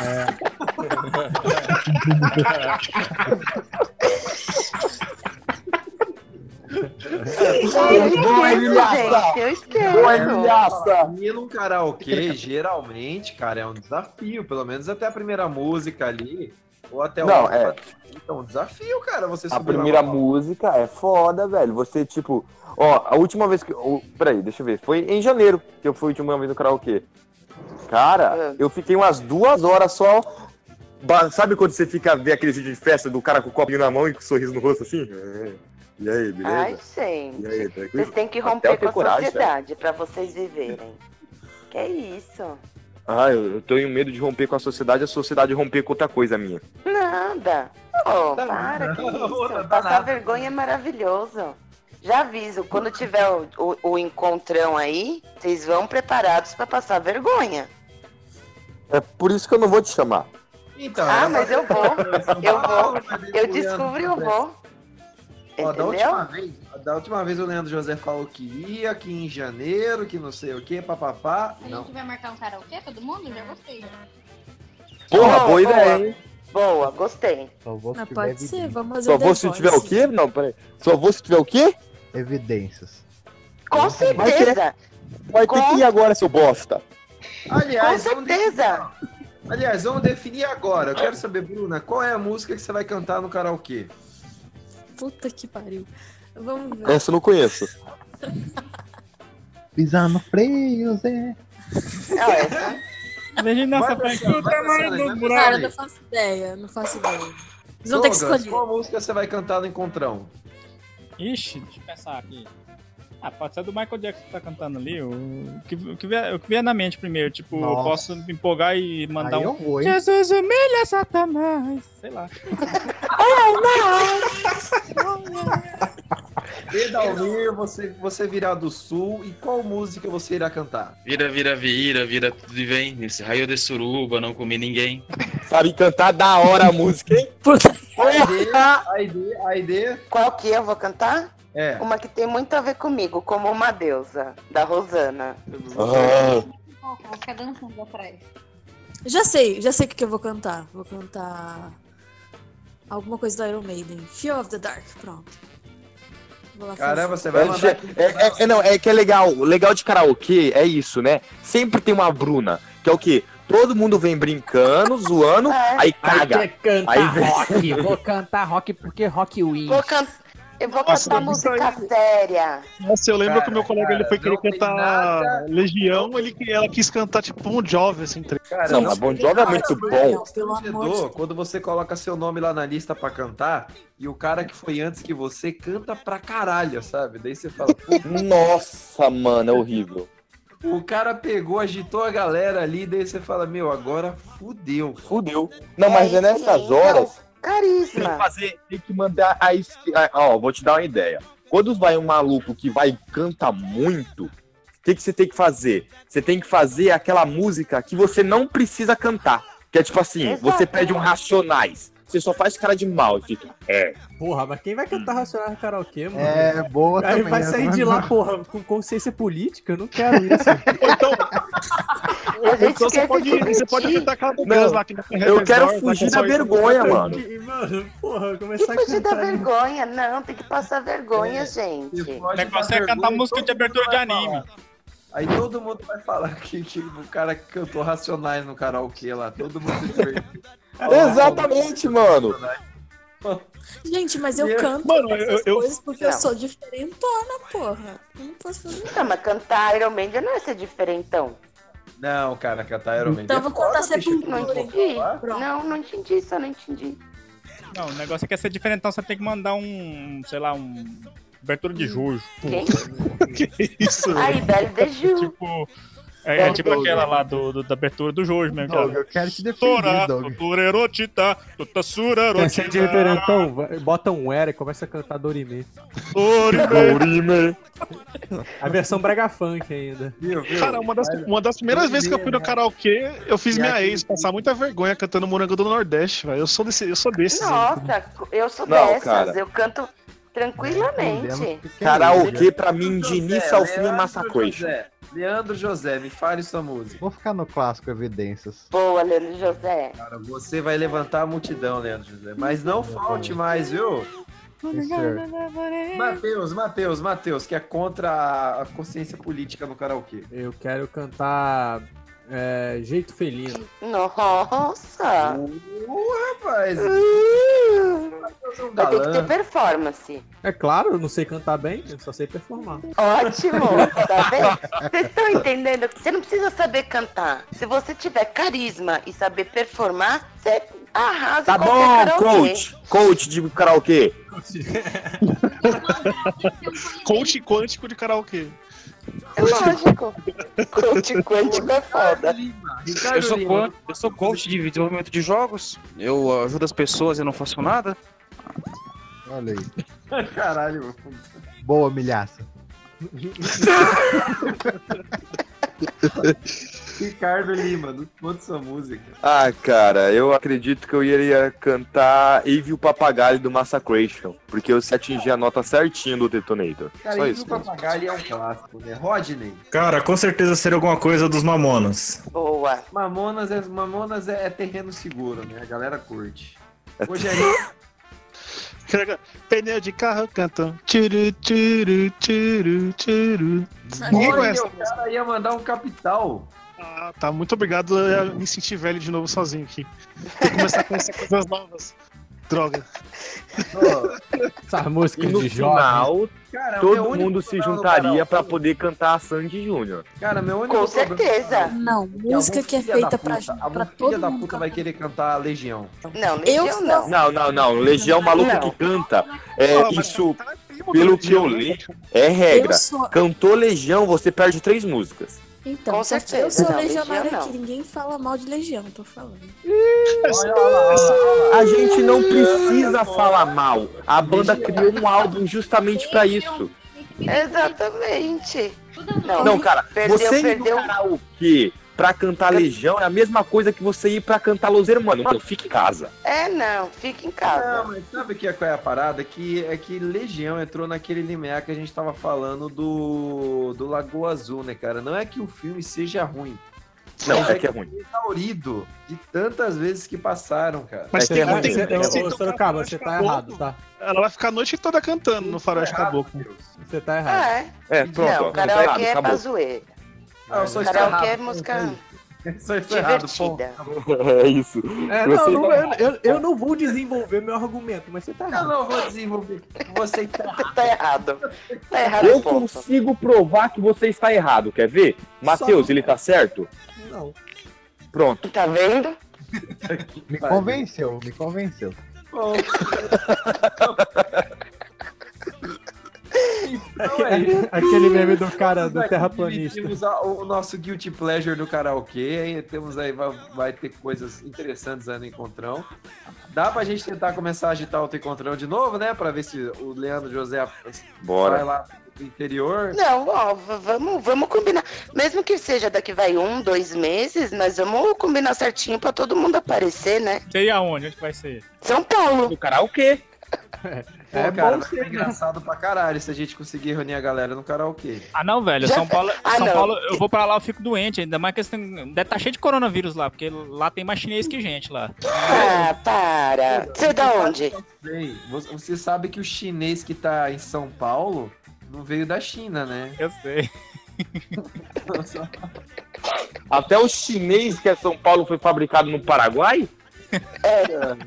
Eu esqueço, gente, eu esqueço. Ir num karaokê, geralmente, cara, é um desafio. Pelo menos até a primeira música ali. Ou até o. Não, é. Então, um desafio, cara, você A subir primeira lá. música é foda, velho. Você, tipo... Ó, a última vez que... Oh, peraí, deixa eu ver. Foi em janeiro que eu fui a última vez no karaokê. Cara, eu fiquei umas duas horas só... ba- Sabe quando você fica ver aquele vídeo de festa do cara com o copinho na mão e com um sorriso no rosto assim? É. E aí, beleza? Ai, gente. E aí, tranquilo? Vocês têm que Até eu romper ter com a coragem, sociedade pra vocês viverem. Que isso? Ah, eu, eu tenho medo de romper com a sociedade, a sociedade romper com outra coisa minha. Nada. Oh, para, que isso? Passar vergonha é maravilhoso. Já aviso, quando tiver o, o, o encontrão aí, vocês vão preparados pra passar vergonha. É por isso que eu não vou te chamar. Então, Ah, era mas pra- eu vou. Eu vou. Eu descubro e eu vou. Ó, da, Entendeu? última vez, da última vez o Leandro José falou que ia, que em janeiro, que não sei o que, papapá. A Não. gente vai marcar um karaokê, todo mundo? Já gostei. Porra, boa boa. ideia, hein? Boa, gostei. Só vou se Ah, tiver pode evidências. ser, vamos fazer Só o vou The se Voice. tiver o quê? Não, peraí. Só vou se tiver o quê? Evidências. Com certeza. Vai ter que ir agora, seu bosta. Aliás, Com vamos certeza. Aliás, vamos definir agora. Eu quero saber, Bruna, qual é a música que você vai cantar no karaokê? Puta que pariu. Vamos ver. Essa eu não conheço. Pisar no freio, Zé. Não, essa... Imagina essa Vai franquia, o pensando, vai tamanho pensando, do vai buraco. Cara, eu não faço ideia, não faço ideia. Vocês vão ter que Douglas, escolher. qual música você vai cantar no encontrão? Ixi, deixa eu pensar aqui. Ah, pode ser do Michael Jackson que tá cantando ali. O o que, o que, vier, o que vier na mente primeiro. Tipo, eu Nossa. posso me empolgar e mandar Aí eu um. vou, hein? Jesus humilha Satanás. Sei lá. Edalmir, você, você virá do sul e qual música você irá cantar? Vira, vira, vira, vira, tudo e vem. Nesse raio de suruba, não comi ninguém. Sabe cantar da hora a música, hein? A ideia, a ideia. Qual que eu vou cantar? É. Uma que tem muito a ver comigo, como uma deusa, da Rosana. Ah, Ó, vou ficar dançando atrás. Já sei, já sei o que que eu vou cantar. Vou cantar alguma coisa do Iron Maiden. Fear of the Dark, pronto. Vou lá Caramba, fazer. você vai é, mandar. é, é, é, não, é que é legal. O legal de karaokê é isso, né? Sempre tem uma Bruna, que é o quê? Todo mundo vem brincando, zoando, É. aí caga. Aí quer cantar Aí vem- rock. Vou cantar rock porque rock wins. Vou can... Eu vou Nossa, cantar isso aí- música séria. Nossa, eu lembro Cara, que o meu colega cara, ele foi querer não tem cantar nada- Legião, ele, ela quis cantar tipo Bon Jovi, assim. tá ligado? Cara, Não, mas Bon Jovi é muito bom. constrangedor quando você coloca seu nome lá na lista pra cantar e o cara que foi antes que você canta pra caralho, sabe? Daí você fala, pô, Nossa, mano, é horrível. o cara pegou, agitou a galera ali, daí você fala, meu, agora fudeu. Fudeu. Não, mas é isso nessas mesmo. horas. Tem que Carisma. fazer, tem que mandar a esqui- ah, Ó, vou te dar uma ideia. Quando vai um maluco que vai e canta muito, o que, que você tem que fazer? Você tem que fazer aquela música que você não precisa cantar. Que é tipo assim, Exato. você pede um Racionais. Você só faz cara de mal e fica. É. Porra, mas quem vai cantar Racionais no karaokê, mano? É, boa Aí também. vai essa, sair mas de lá, não. porra, com consciência política? Eu não quero isso. Então, A gente então você, quer pode, se você pode divertir. cantar aquela do Não, Guns lá que não tem Eu quero Resort, lá que fugir só da isso vergonha, não mano. E, mano, porra, Que começar a fugir da cantar. vergonha? Não, tem que passar vergonha, É, gente. Você O pode negócio dar é cantar vergonha, música de todo mundo abertura de vai anime. falar. Aí todo mundo vai falar que, que o cara que cantou Racionais no karaokê lá, todo mundo se divertiu. Exatamente, mano. Gente, mas eu Meu- canto Mano, essas eu- eu- coisas porque eu Não. sou diferentona, porra. Eu não posso fazer Não, mas cantar Iron Maiden não é ser diferentão. Não, cara, cantar Iron Maiden. Então eu é vou foda, cantar bicho. Sepultura, Não então. entendi. Pronto. Não, não entendi, só não entendi. Não, o negócio é que é ser diferentão, você tem que mandar um, sei lá, um... abertura de Jojo. Quem? Que isso, Aí, Belle de Ju. Tipo... É, é tipo aquela lá do, do- da abertura do Jojo mesmo. Doug, aquela- eu quero te defender, Tora, Doug. totorerotita, totassura, Quer ser diferentão? Vai- Bota um era e começa a cantar Dorime. Dorime. A versão brega funk ainda. Viu, viu? Cara, uma das, uma das primeiras vezes que eu fui no karaokê, eu fiz minha ex passar muita vergonha cantando Morango do Nordeste, velho. Eu sou desse, eu sou desses. aí. Nossa, eu sou Não, dessas. cara. Eu canto tranquilamente. Karaokê pra mim de José, início ao fim é Leandro Massacration. José, Leandro José, me fale sua música. Vou ficar no clássico Evidências. Boa, Leandro José. Cara, você vai levantar a multidão, Leandro José. Mas não falte mais, viu? Sim, senhor. Matheus, Matheus, Matheus, que é contra a- a consciência política no karaokê. Eu quero cantar é, Jeito Felino. Nossa! Uh, rapaz! Vai ter que ter performance. É claro, eu não sei cantar bem, eu só sei performar. Ótimo, tá vendo? Vocês estão entendendo? Você não precisa saber cantar. Se você tiver carisma e saber performar, você arrasa Tá em qualquer bom, karaokê. coach. Coach de karaokê. Coach quântico de karaokê. É lógico. Coach quântico é foda. Eu sou, co- eu sou coach de desenvolvimento de jogos. Eu ajudo as pessoas e não faço nada. Olha aí. Caralho, mano. Boa, milhaça. Ricardo Lima, não conta sua música. Ah, cara, eu acredito que eu iria cantar Eve o Papagaio do Massacration, porque eu se atingir a nota certinho do Detonator. Cara, Só e isso o mesmo. Papagaio é um clássico, né? Rodney. Cara, com certeza seria alguma coisa dos Mamonas. Boa. Mamonas é, Mamonas é, é terreno seguro, né? A galera curte. Hoje é Pneu de carro cantam. Tchuru, tchuru, tchuru, tchuru. Ninguém Olha, conhece. o cara ia mandar um capital. Ah, tá. Muito obrigado. Eu me senti velho de novo sozinho aqui. Tem que começar a conhecer coisas novas. Droga. Essa música E no de jovem. final, Cara, todo meu único mundo se problema no juntaria karaokê- pra poder cantar a Sandy Júnior. Cara, meu único Com problema- certeza. Não, Que música algum que é filho feita da pra, puta, pra algum filho todo da mundo puta vai querer cantar Legião. Não, Eu Legião sou- não. Não, não, não. Legião maluco Não. que canta. É, Ah, mas isso, cantar é primo do pelo que eu Legião, né? li, é regra. Eu sou- Cantou Legião, você perde três músicas. Então, Com só que certeza, eu sou não, legionária Legião não. aqui, ninguém fala mal de Legião, tô falando. A gente não precisa falar mal. A banda criou um álbum justamente pra isso. Exatamente. Não, Não, cara, perdeu, você ir perdeu. no karaokê pra cantar Legião é a mesma coisa que você ir pra cantar Los Hermanos. Mano, fica em casa. É, não, fica em casa. Não, mas sabe que é, qual é a parada? Que, é que Legião entrou naquele limiar que a gente tava falando do, do Lagoa Azul, né, cara? Não é que o filme seja ruim. Não, mas é que é ruim. exaurido de tantas vezes que passaram, cara. Mas É tem, que é tem, Você, tem, ô, se ô, tocar Sorocaba, Faroeste você tá Caboclo, errado, tá? Ela vai ficar a noite toda cantando no Faroeste Caboclo. Você tá errado. É. É, pronto. Não, ó, tá karaokê errado, é pra acabou. zoeira. Ah, eu só estou Karaokê é errado. música Só estou errado, pô. divertida. É isso. É, Você não, não, tá- eu, eu, eu não vou desenvolver meu argumento, mas você tá Eu errado. não vou desenvolver. Você tá Você tá errado. Tá errado, Eu ponto. consigo provar que você está errado, quer ver? Matheus, Só- ele tá certo? Não. Pronto. Tá vendo? Me convenceu, me convenceu. bom. Aquele, aquele meme do cara do Nós terraplanista. dividimos a- o nosso guilty pleasure do karaokê. Aí temos aí, vai, vai ter coisas interessantes aí no encontrão. Dá pra gente tentar começar a agitar o encontrão de novo, né? Pra ver se o Leandro José Bora. vai lá pro interior. Não, ó, v- vamos, vamos combinar. Mesmo que seja daqui vai um, dois meses, mas vamos combinar certinho pra todo mundo aparecer, né? Você ia aonde? Onde vai ser? São Paulo. No karaokê. Pô, É cara, bom vai ser, ser né? engraçado pra caralho se a gente conseguir reunir a galera no karaokê. Ah, não, velho. Já- São Paulo, Ah, São não. Paulo, eu vou pra lá, eu fico doente. Ainda mais que eles têm- deve estar cheio de coronavírus lá, porque lá tem mais chinês que gente lá. Ah, para. Você é da onde? Bem, você- você sabe que o chinês que tá em São Paulo não veio da China, né? Eu sei. Até o chinês que é São Paulo foi fabricado no Paraguai? É.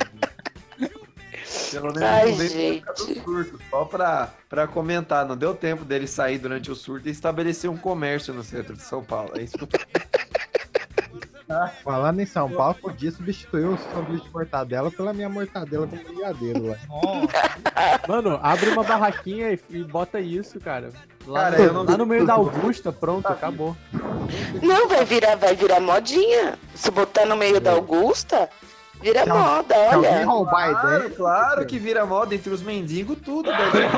Pelo menos Ai, não veio gente. por causa do surto, só pra, pra comentar, não deu tempo dele sair durante o surto e estabelecer um comércio no centro de São Paulo. É isso que eu tô... Falando em São Paulo, podia substituir o sanduíche de mortadela pela minha mortadela com brigadeiro lá. Mano, abre uma barraquinha e, e bota isso, cara. Lá, Cara, no, eu não- lá no meio da Augusta, pronto, acabou. Não, vai virar, vai virar modinha. Se botar no meio da Augusta, vira Se al- moda, se alguém olha. roubar a ideia, claro que vira moda entre os mendigos, tudo, velho.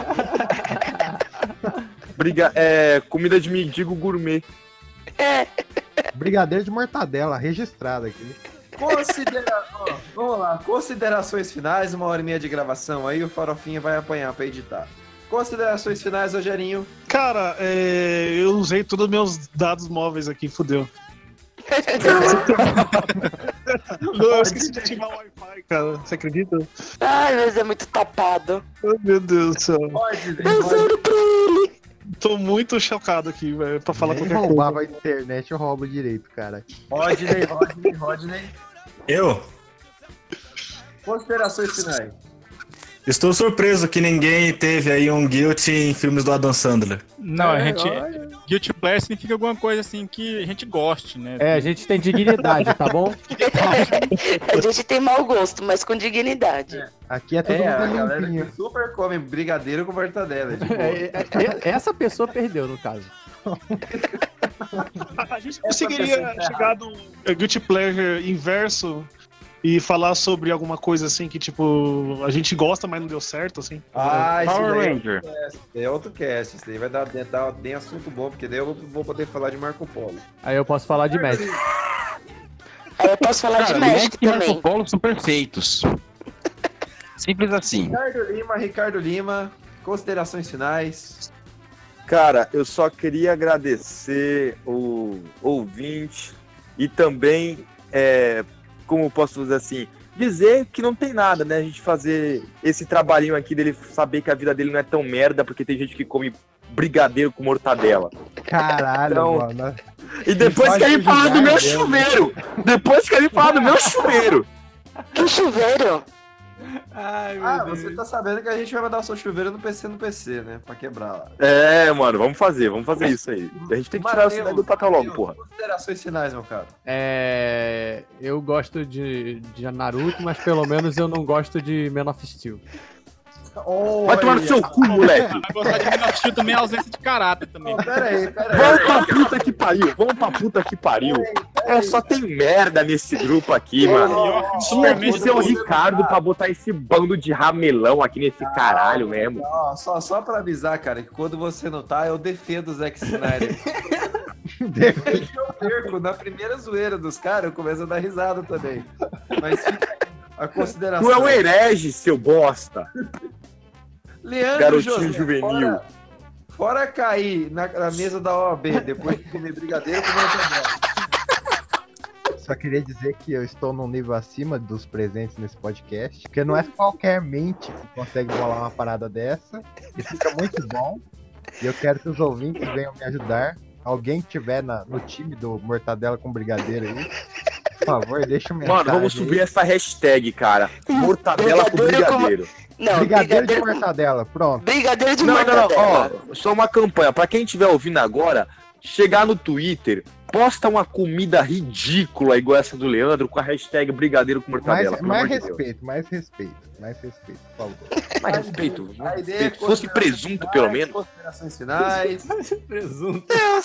Briga... É, comida de mendigo gourmet. É. Brigadeiro de mortadela, registrado aqui. Considera... ó, vamos lá, considerações finais, uma hora e meia de gravação aí, o Farofinha vai apanhar pra editar. Considerações finais, Rogerinho. Cara, é, eu usei todos os meus dados móveis aqui, fudeu. Não, eu esqueci de ativar o Wi-Fi, cara. Você acredita? Ai, mas é muito tapado. Oh, meu Deus do céu. Pode, Dançando pra ele. Tô muito chocado aqui, velho, pra falar Nem qualquer roubava coisa. a internet, eu roubo direito, cara. Rodney, Rodney, Rodney. Eu? Considerações finais. Estou surpreso que ninguém teve aí um guilty em filmes do Adam Sandler. Não, a É, gente. olha. Guilty pleasure significa alguma coisa assim que a gente goste, né? É, a gente tem dignidade, tá bom? A gente tem mau gosto, mas com dignidade. Aqui é todo É, a mundo galera limpinho. que super come brigadeiro com mortadela. de boa. É, é, é, essa pessoa perdeu, no caso. A gente conseguiria chegar no Guilty Pleasure inverso e falar sobre alguma coisa assim que, tipo, a gente gosta, mas não deu certo, assim. Ah, isso Power daí Ranger. é outro cast, é outro cast. Isso daí vai dar, dar bem assunto bom, porque daí eu vou poder falar de Marco Polo. Aí eu posso falar de Magic. Aí eu posso falar Cara, de Magic Magic e Marco também. Polo são perfeitos. Simples assim. Ricardo Lima, Ricardo Lima, considerações finais. Cara, eu só queria agradecer o ouvinte e também, é, como eu posso dizer assim, dizer que não tem nada, né? A gente fazer esse trabalhinho aqui dele saber que a vida dele não é tão merda, porque tem gente que come brigadeiro com mortadela. Caralho, Então, mano. E depois Pode querem falar do meu julgar, Deus. chuveiro! Depois querem falar do meu chuveiro! Que chuveiro? Ai, meu Ah, Deus. você tá sabendo que a gente vai mandar o seu chuveiro no P C no P C, né? Pra quebrar lá. É, mano, vamos fazer, vamos fazer isso aí. A gente tem que tirar Mateus, isso daí do papel logo, Mateus, porra. Considerações finais, meu cara. É, eu gosto de, de Naruto, mas pelo menos eu não gosto de Man of Steel. Vai tomar no seu cu, moleque! Vai gostar de Man of Steel também, a ausência de caráter também. Pera aí, pera aí. Vamos pra puta que pariu, vamos pra puta que pariu. É, só tem merda nesse grupo aqui, mano. Tinha que ser o Ricardo pra botar esse bando de ramelão aqui nesse caralho mesmo. Ó, só, só pra avisar, cara, que quando você não tá, eu defendo o Zack Snyder. Eu perco na primeira zoeira dos caras, eu começo a dar risada também. Mas fica aí a consideração. Tu é um herege, seu bosta. Leandro Garotinho José, juvenil. Fora, fora cair na, na mesa da O A B depois de comer brigadeiro com mortadela. Só queria dizer que eu estou num nível acima dos presentes nesse podcast, porque não é qualquer mente que consegue bolar uma parada dessa. E fica muito bom. E eu quero que os ouvintes venham me ajudar. Alguém que tiver na, no time do Mortadela com Brigadeiro aí, por favor, deixa um mensagem. Mano, vamos subir aí. essa hashtag, cara. Mortadela com Brigadeiro com- brigadeiro. Não, Brigadeiro de brigadeiro, mortadela, pronto. brigadeiro de Não, não, não, mortadela. ó, só uma campanha. Pra quem estiver ouvindo agora, chegar no Twitter, posta uma comida ridícula igual essa do Leandro com a hashtag brigadeiro com mortadela. Mais, pelo mais amor de Deus. respeito, mais respeito, mais respeito, por favor. Mais respeito. A ideia é Se fosse presunto, pelo menos. Considerações finais. Presunto.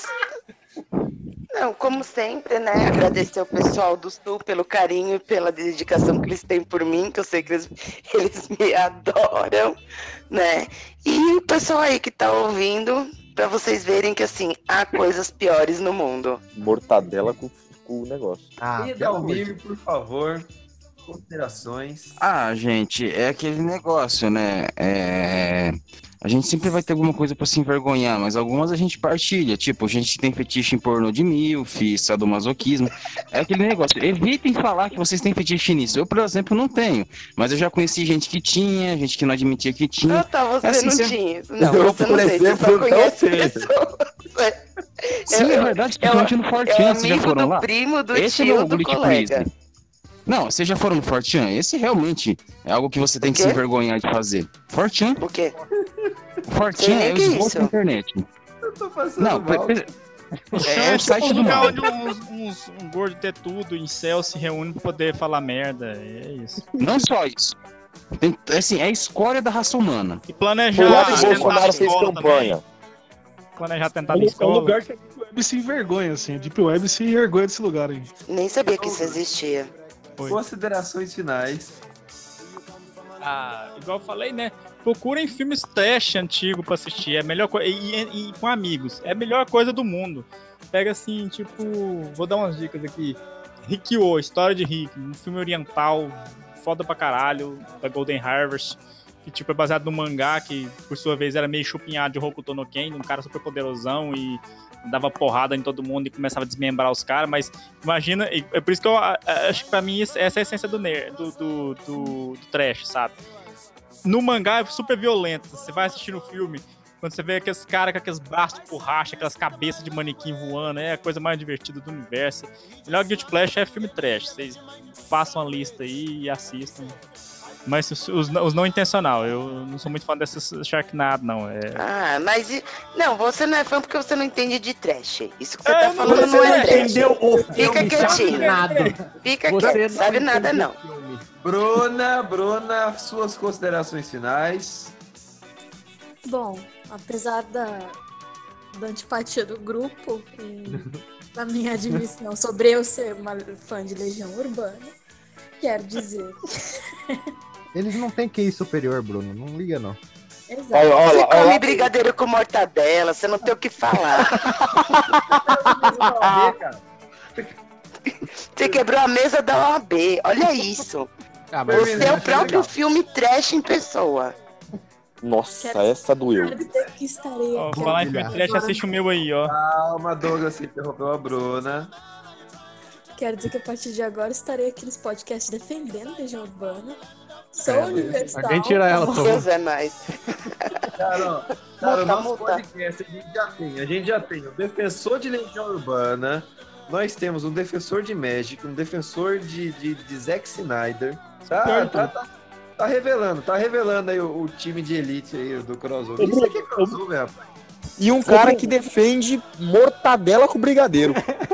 Não, como sempre, né? Agradecer ao pessoal do Sul pelo carinho e pela dedicação que eles têm por mim, que eu sei que eles, eles me adoram, né? E o pessoal aí que tá ouvindo, pra vocês verem que, assim, há coisas piores no mundo. Mortadela com, com o negócio. Ah, E Dalmir, por favor, considerações. Ah, gente, é aquele negócio, né? É... A gente sempre vai ter alguma coisa pra se envergonhar, mas algumas a gente partilha. Tipo, a gente tem fetiche em pornô de milf, sadomasoquismo. É aquele negócio. Evitem falar que vocês têm fetiche nisso. Eu, por exemplo, não tenho. Mas eu já conheci gente que tinha, gente que não admitia que tinha. Ah, tá, você Assim, não você- tinha. Não, Eu, você por não tem, você exemplo, só não conhece tenho. pessoas. Sim, é verdade, principalmente no É o Fortean, vocês já amigo foram do lá? primo do Esse é tio o do Glitch colega. Crazy. Não, vocês já foram no Fortean? Esse realmente é algo que você tem que se envergonhar de fazer. Fortean? O quê? Fortean nem é o que é esgoto isso. da internet. Eu tô passando Não, mal. pe- pe- é o site do lugar mal. onde uns, uns, um gordo ter tudo em céu se reúne pra poder falar merda. É isso. Não só isso. Tem, assim, é a escória da raça humana. E planejar. Foi lá que o tentar Bolsonaro na fez escola campanha. também. Planejar tentar É na um escola. lugar que a Deep Web se envergonha, assim. A Deep Web se envergonha desse lugar aí. Nem sabia que isso existia. Foi. Considerações finais. Ah, igual eu falei, né? Procurem filmes trash antigo pra assistir. É a melhor coisa. E, e- e com amigos. É a melhor coisa do mundo. Pega assim, tipo. Vou dar umas dicas aqui. Rikyo, História de Rick. Um filme oriental. Foda pra caralho. Da Golden Harvest. Que tipo é baseado no mangá. Que por sua vez era meio chupinhado de Hokuto no Ken. Um cara super poderosão. E dava porrada em todo mundo. E começava a desmembrar os caras. Mas imagina. e É por isso que eu a- a- acho que pra mim essa é a essência do, ner, do, do, do, do trash, sabe? No mangá é super violento. Você vai assistir no filme, quando você vê aqueles caras com aqueles braços de borracha, aquelas cabeças de manequim voando, é a coisa mais divertida do universo. Melhor Guilty Pleasure é filme trash. Vocês façam a lista aí e assistam. Mas os, os, os não intencional, eu não sou muito fã desses Sharknado, não. É... Ah, mas. e- Não, você não é fã porque você não entende de trash. Isso que você É, tá eu não- falando você não é não trash. entendeu o Fica filme quietinho. Sharknado. Fica Você quieto, não sabe nada entendeu não. Bruna, Bruna, suas considerações finais. Bom, apesar da, da antipatia do grupo e da minha admissão sobre eu ser uma fã de Legião Urbana, quero dizer. Eles não têm Q I superior, Bruno. Não liga, não. Exato. Olha, olha, Você come olha. brigadeiro com mortadela, você não tem o que falar. Você quebrou a mesa da O A B, olha isso. Ah, mas Você é o próprio filme trash em pessoa. Nossa, Quero- essa doeu. Quero dizer que estarei Ó, aqui. vou falar em filme trash, assiste o meu aí, ó. Calma, Douglas, você interrompeu a Bruna. Quero dizer que a partir de agora estarei aqui nos podcasts defendendo Legião Urbana. Sou É, universal. alguém tira ela, Tom. Deus é mais. Cara, ó, cara, o Muta, nosso muta. podcast a gente já tem. A gente já tem o defensor de Legião Urbana. Nós temos um defensor de Magic, um defensor de, de, de Zack Snyder. Tá, tá, tá, tá revelando, tá revelando aí o, o time de elite aí do crossover. Isso aqui é crossover, rapaz. E um cara que defende mortadela com brigadeiro.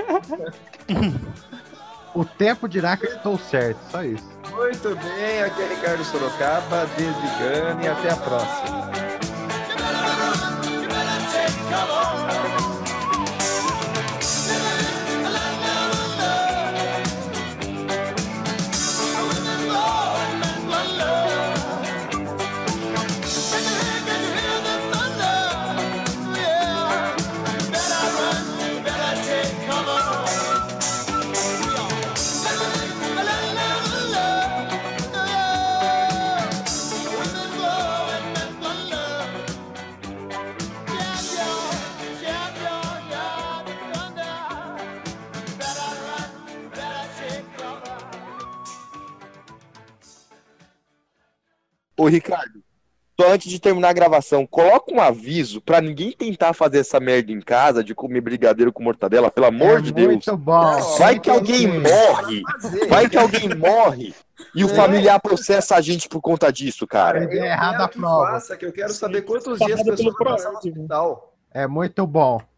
O tempo dirá que eu estou certo, só isso. Muito bem, aqui é Ricardo Sorocaba, desligando e até a próxima. Ô, Ricardo, só antes de terminar a gravação, coloca um aviso pra ninguém tentar fazer essa merda em casa de comer brigadeiro com mortadela, pelo amor É de Deus. muito bom. Vai que alguém morre, vai que alguém morre e o familiar processa a gente por conta disso, cara. É errado a que prova. faça, que eu quero saber quantos dias a pessoa vai passar no hospital. É muito bom.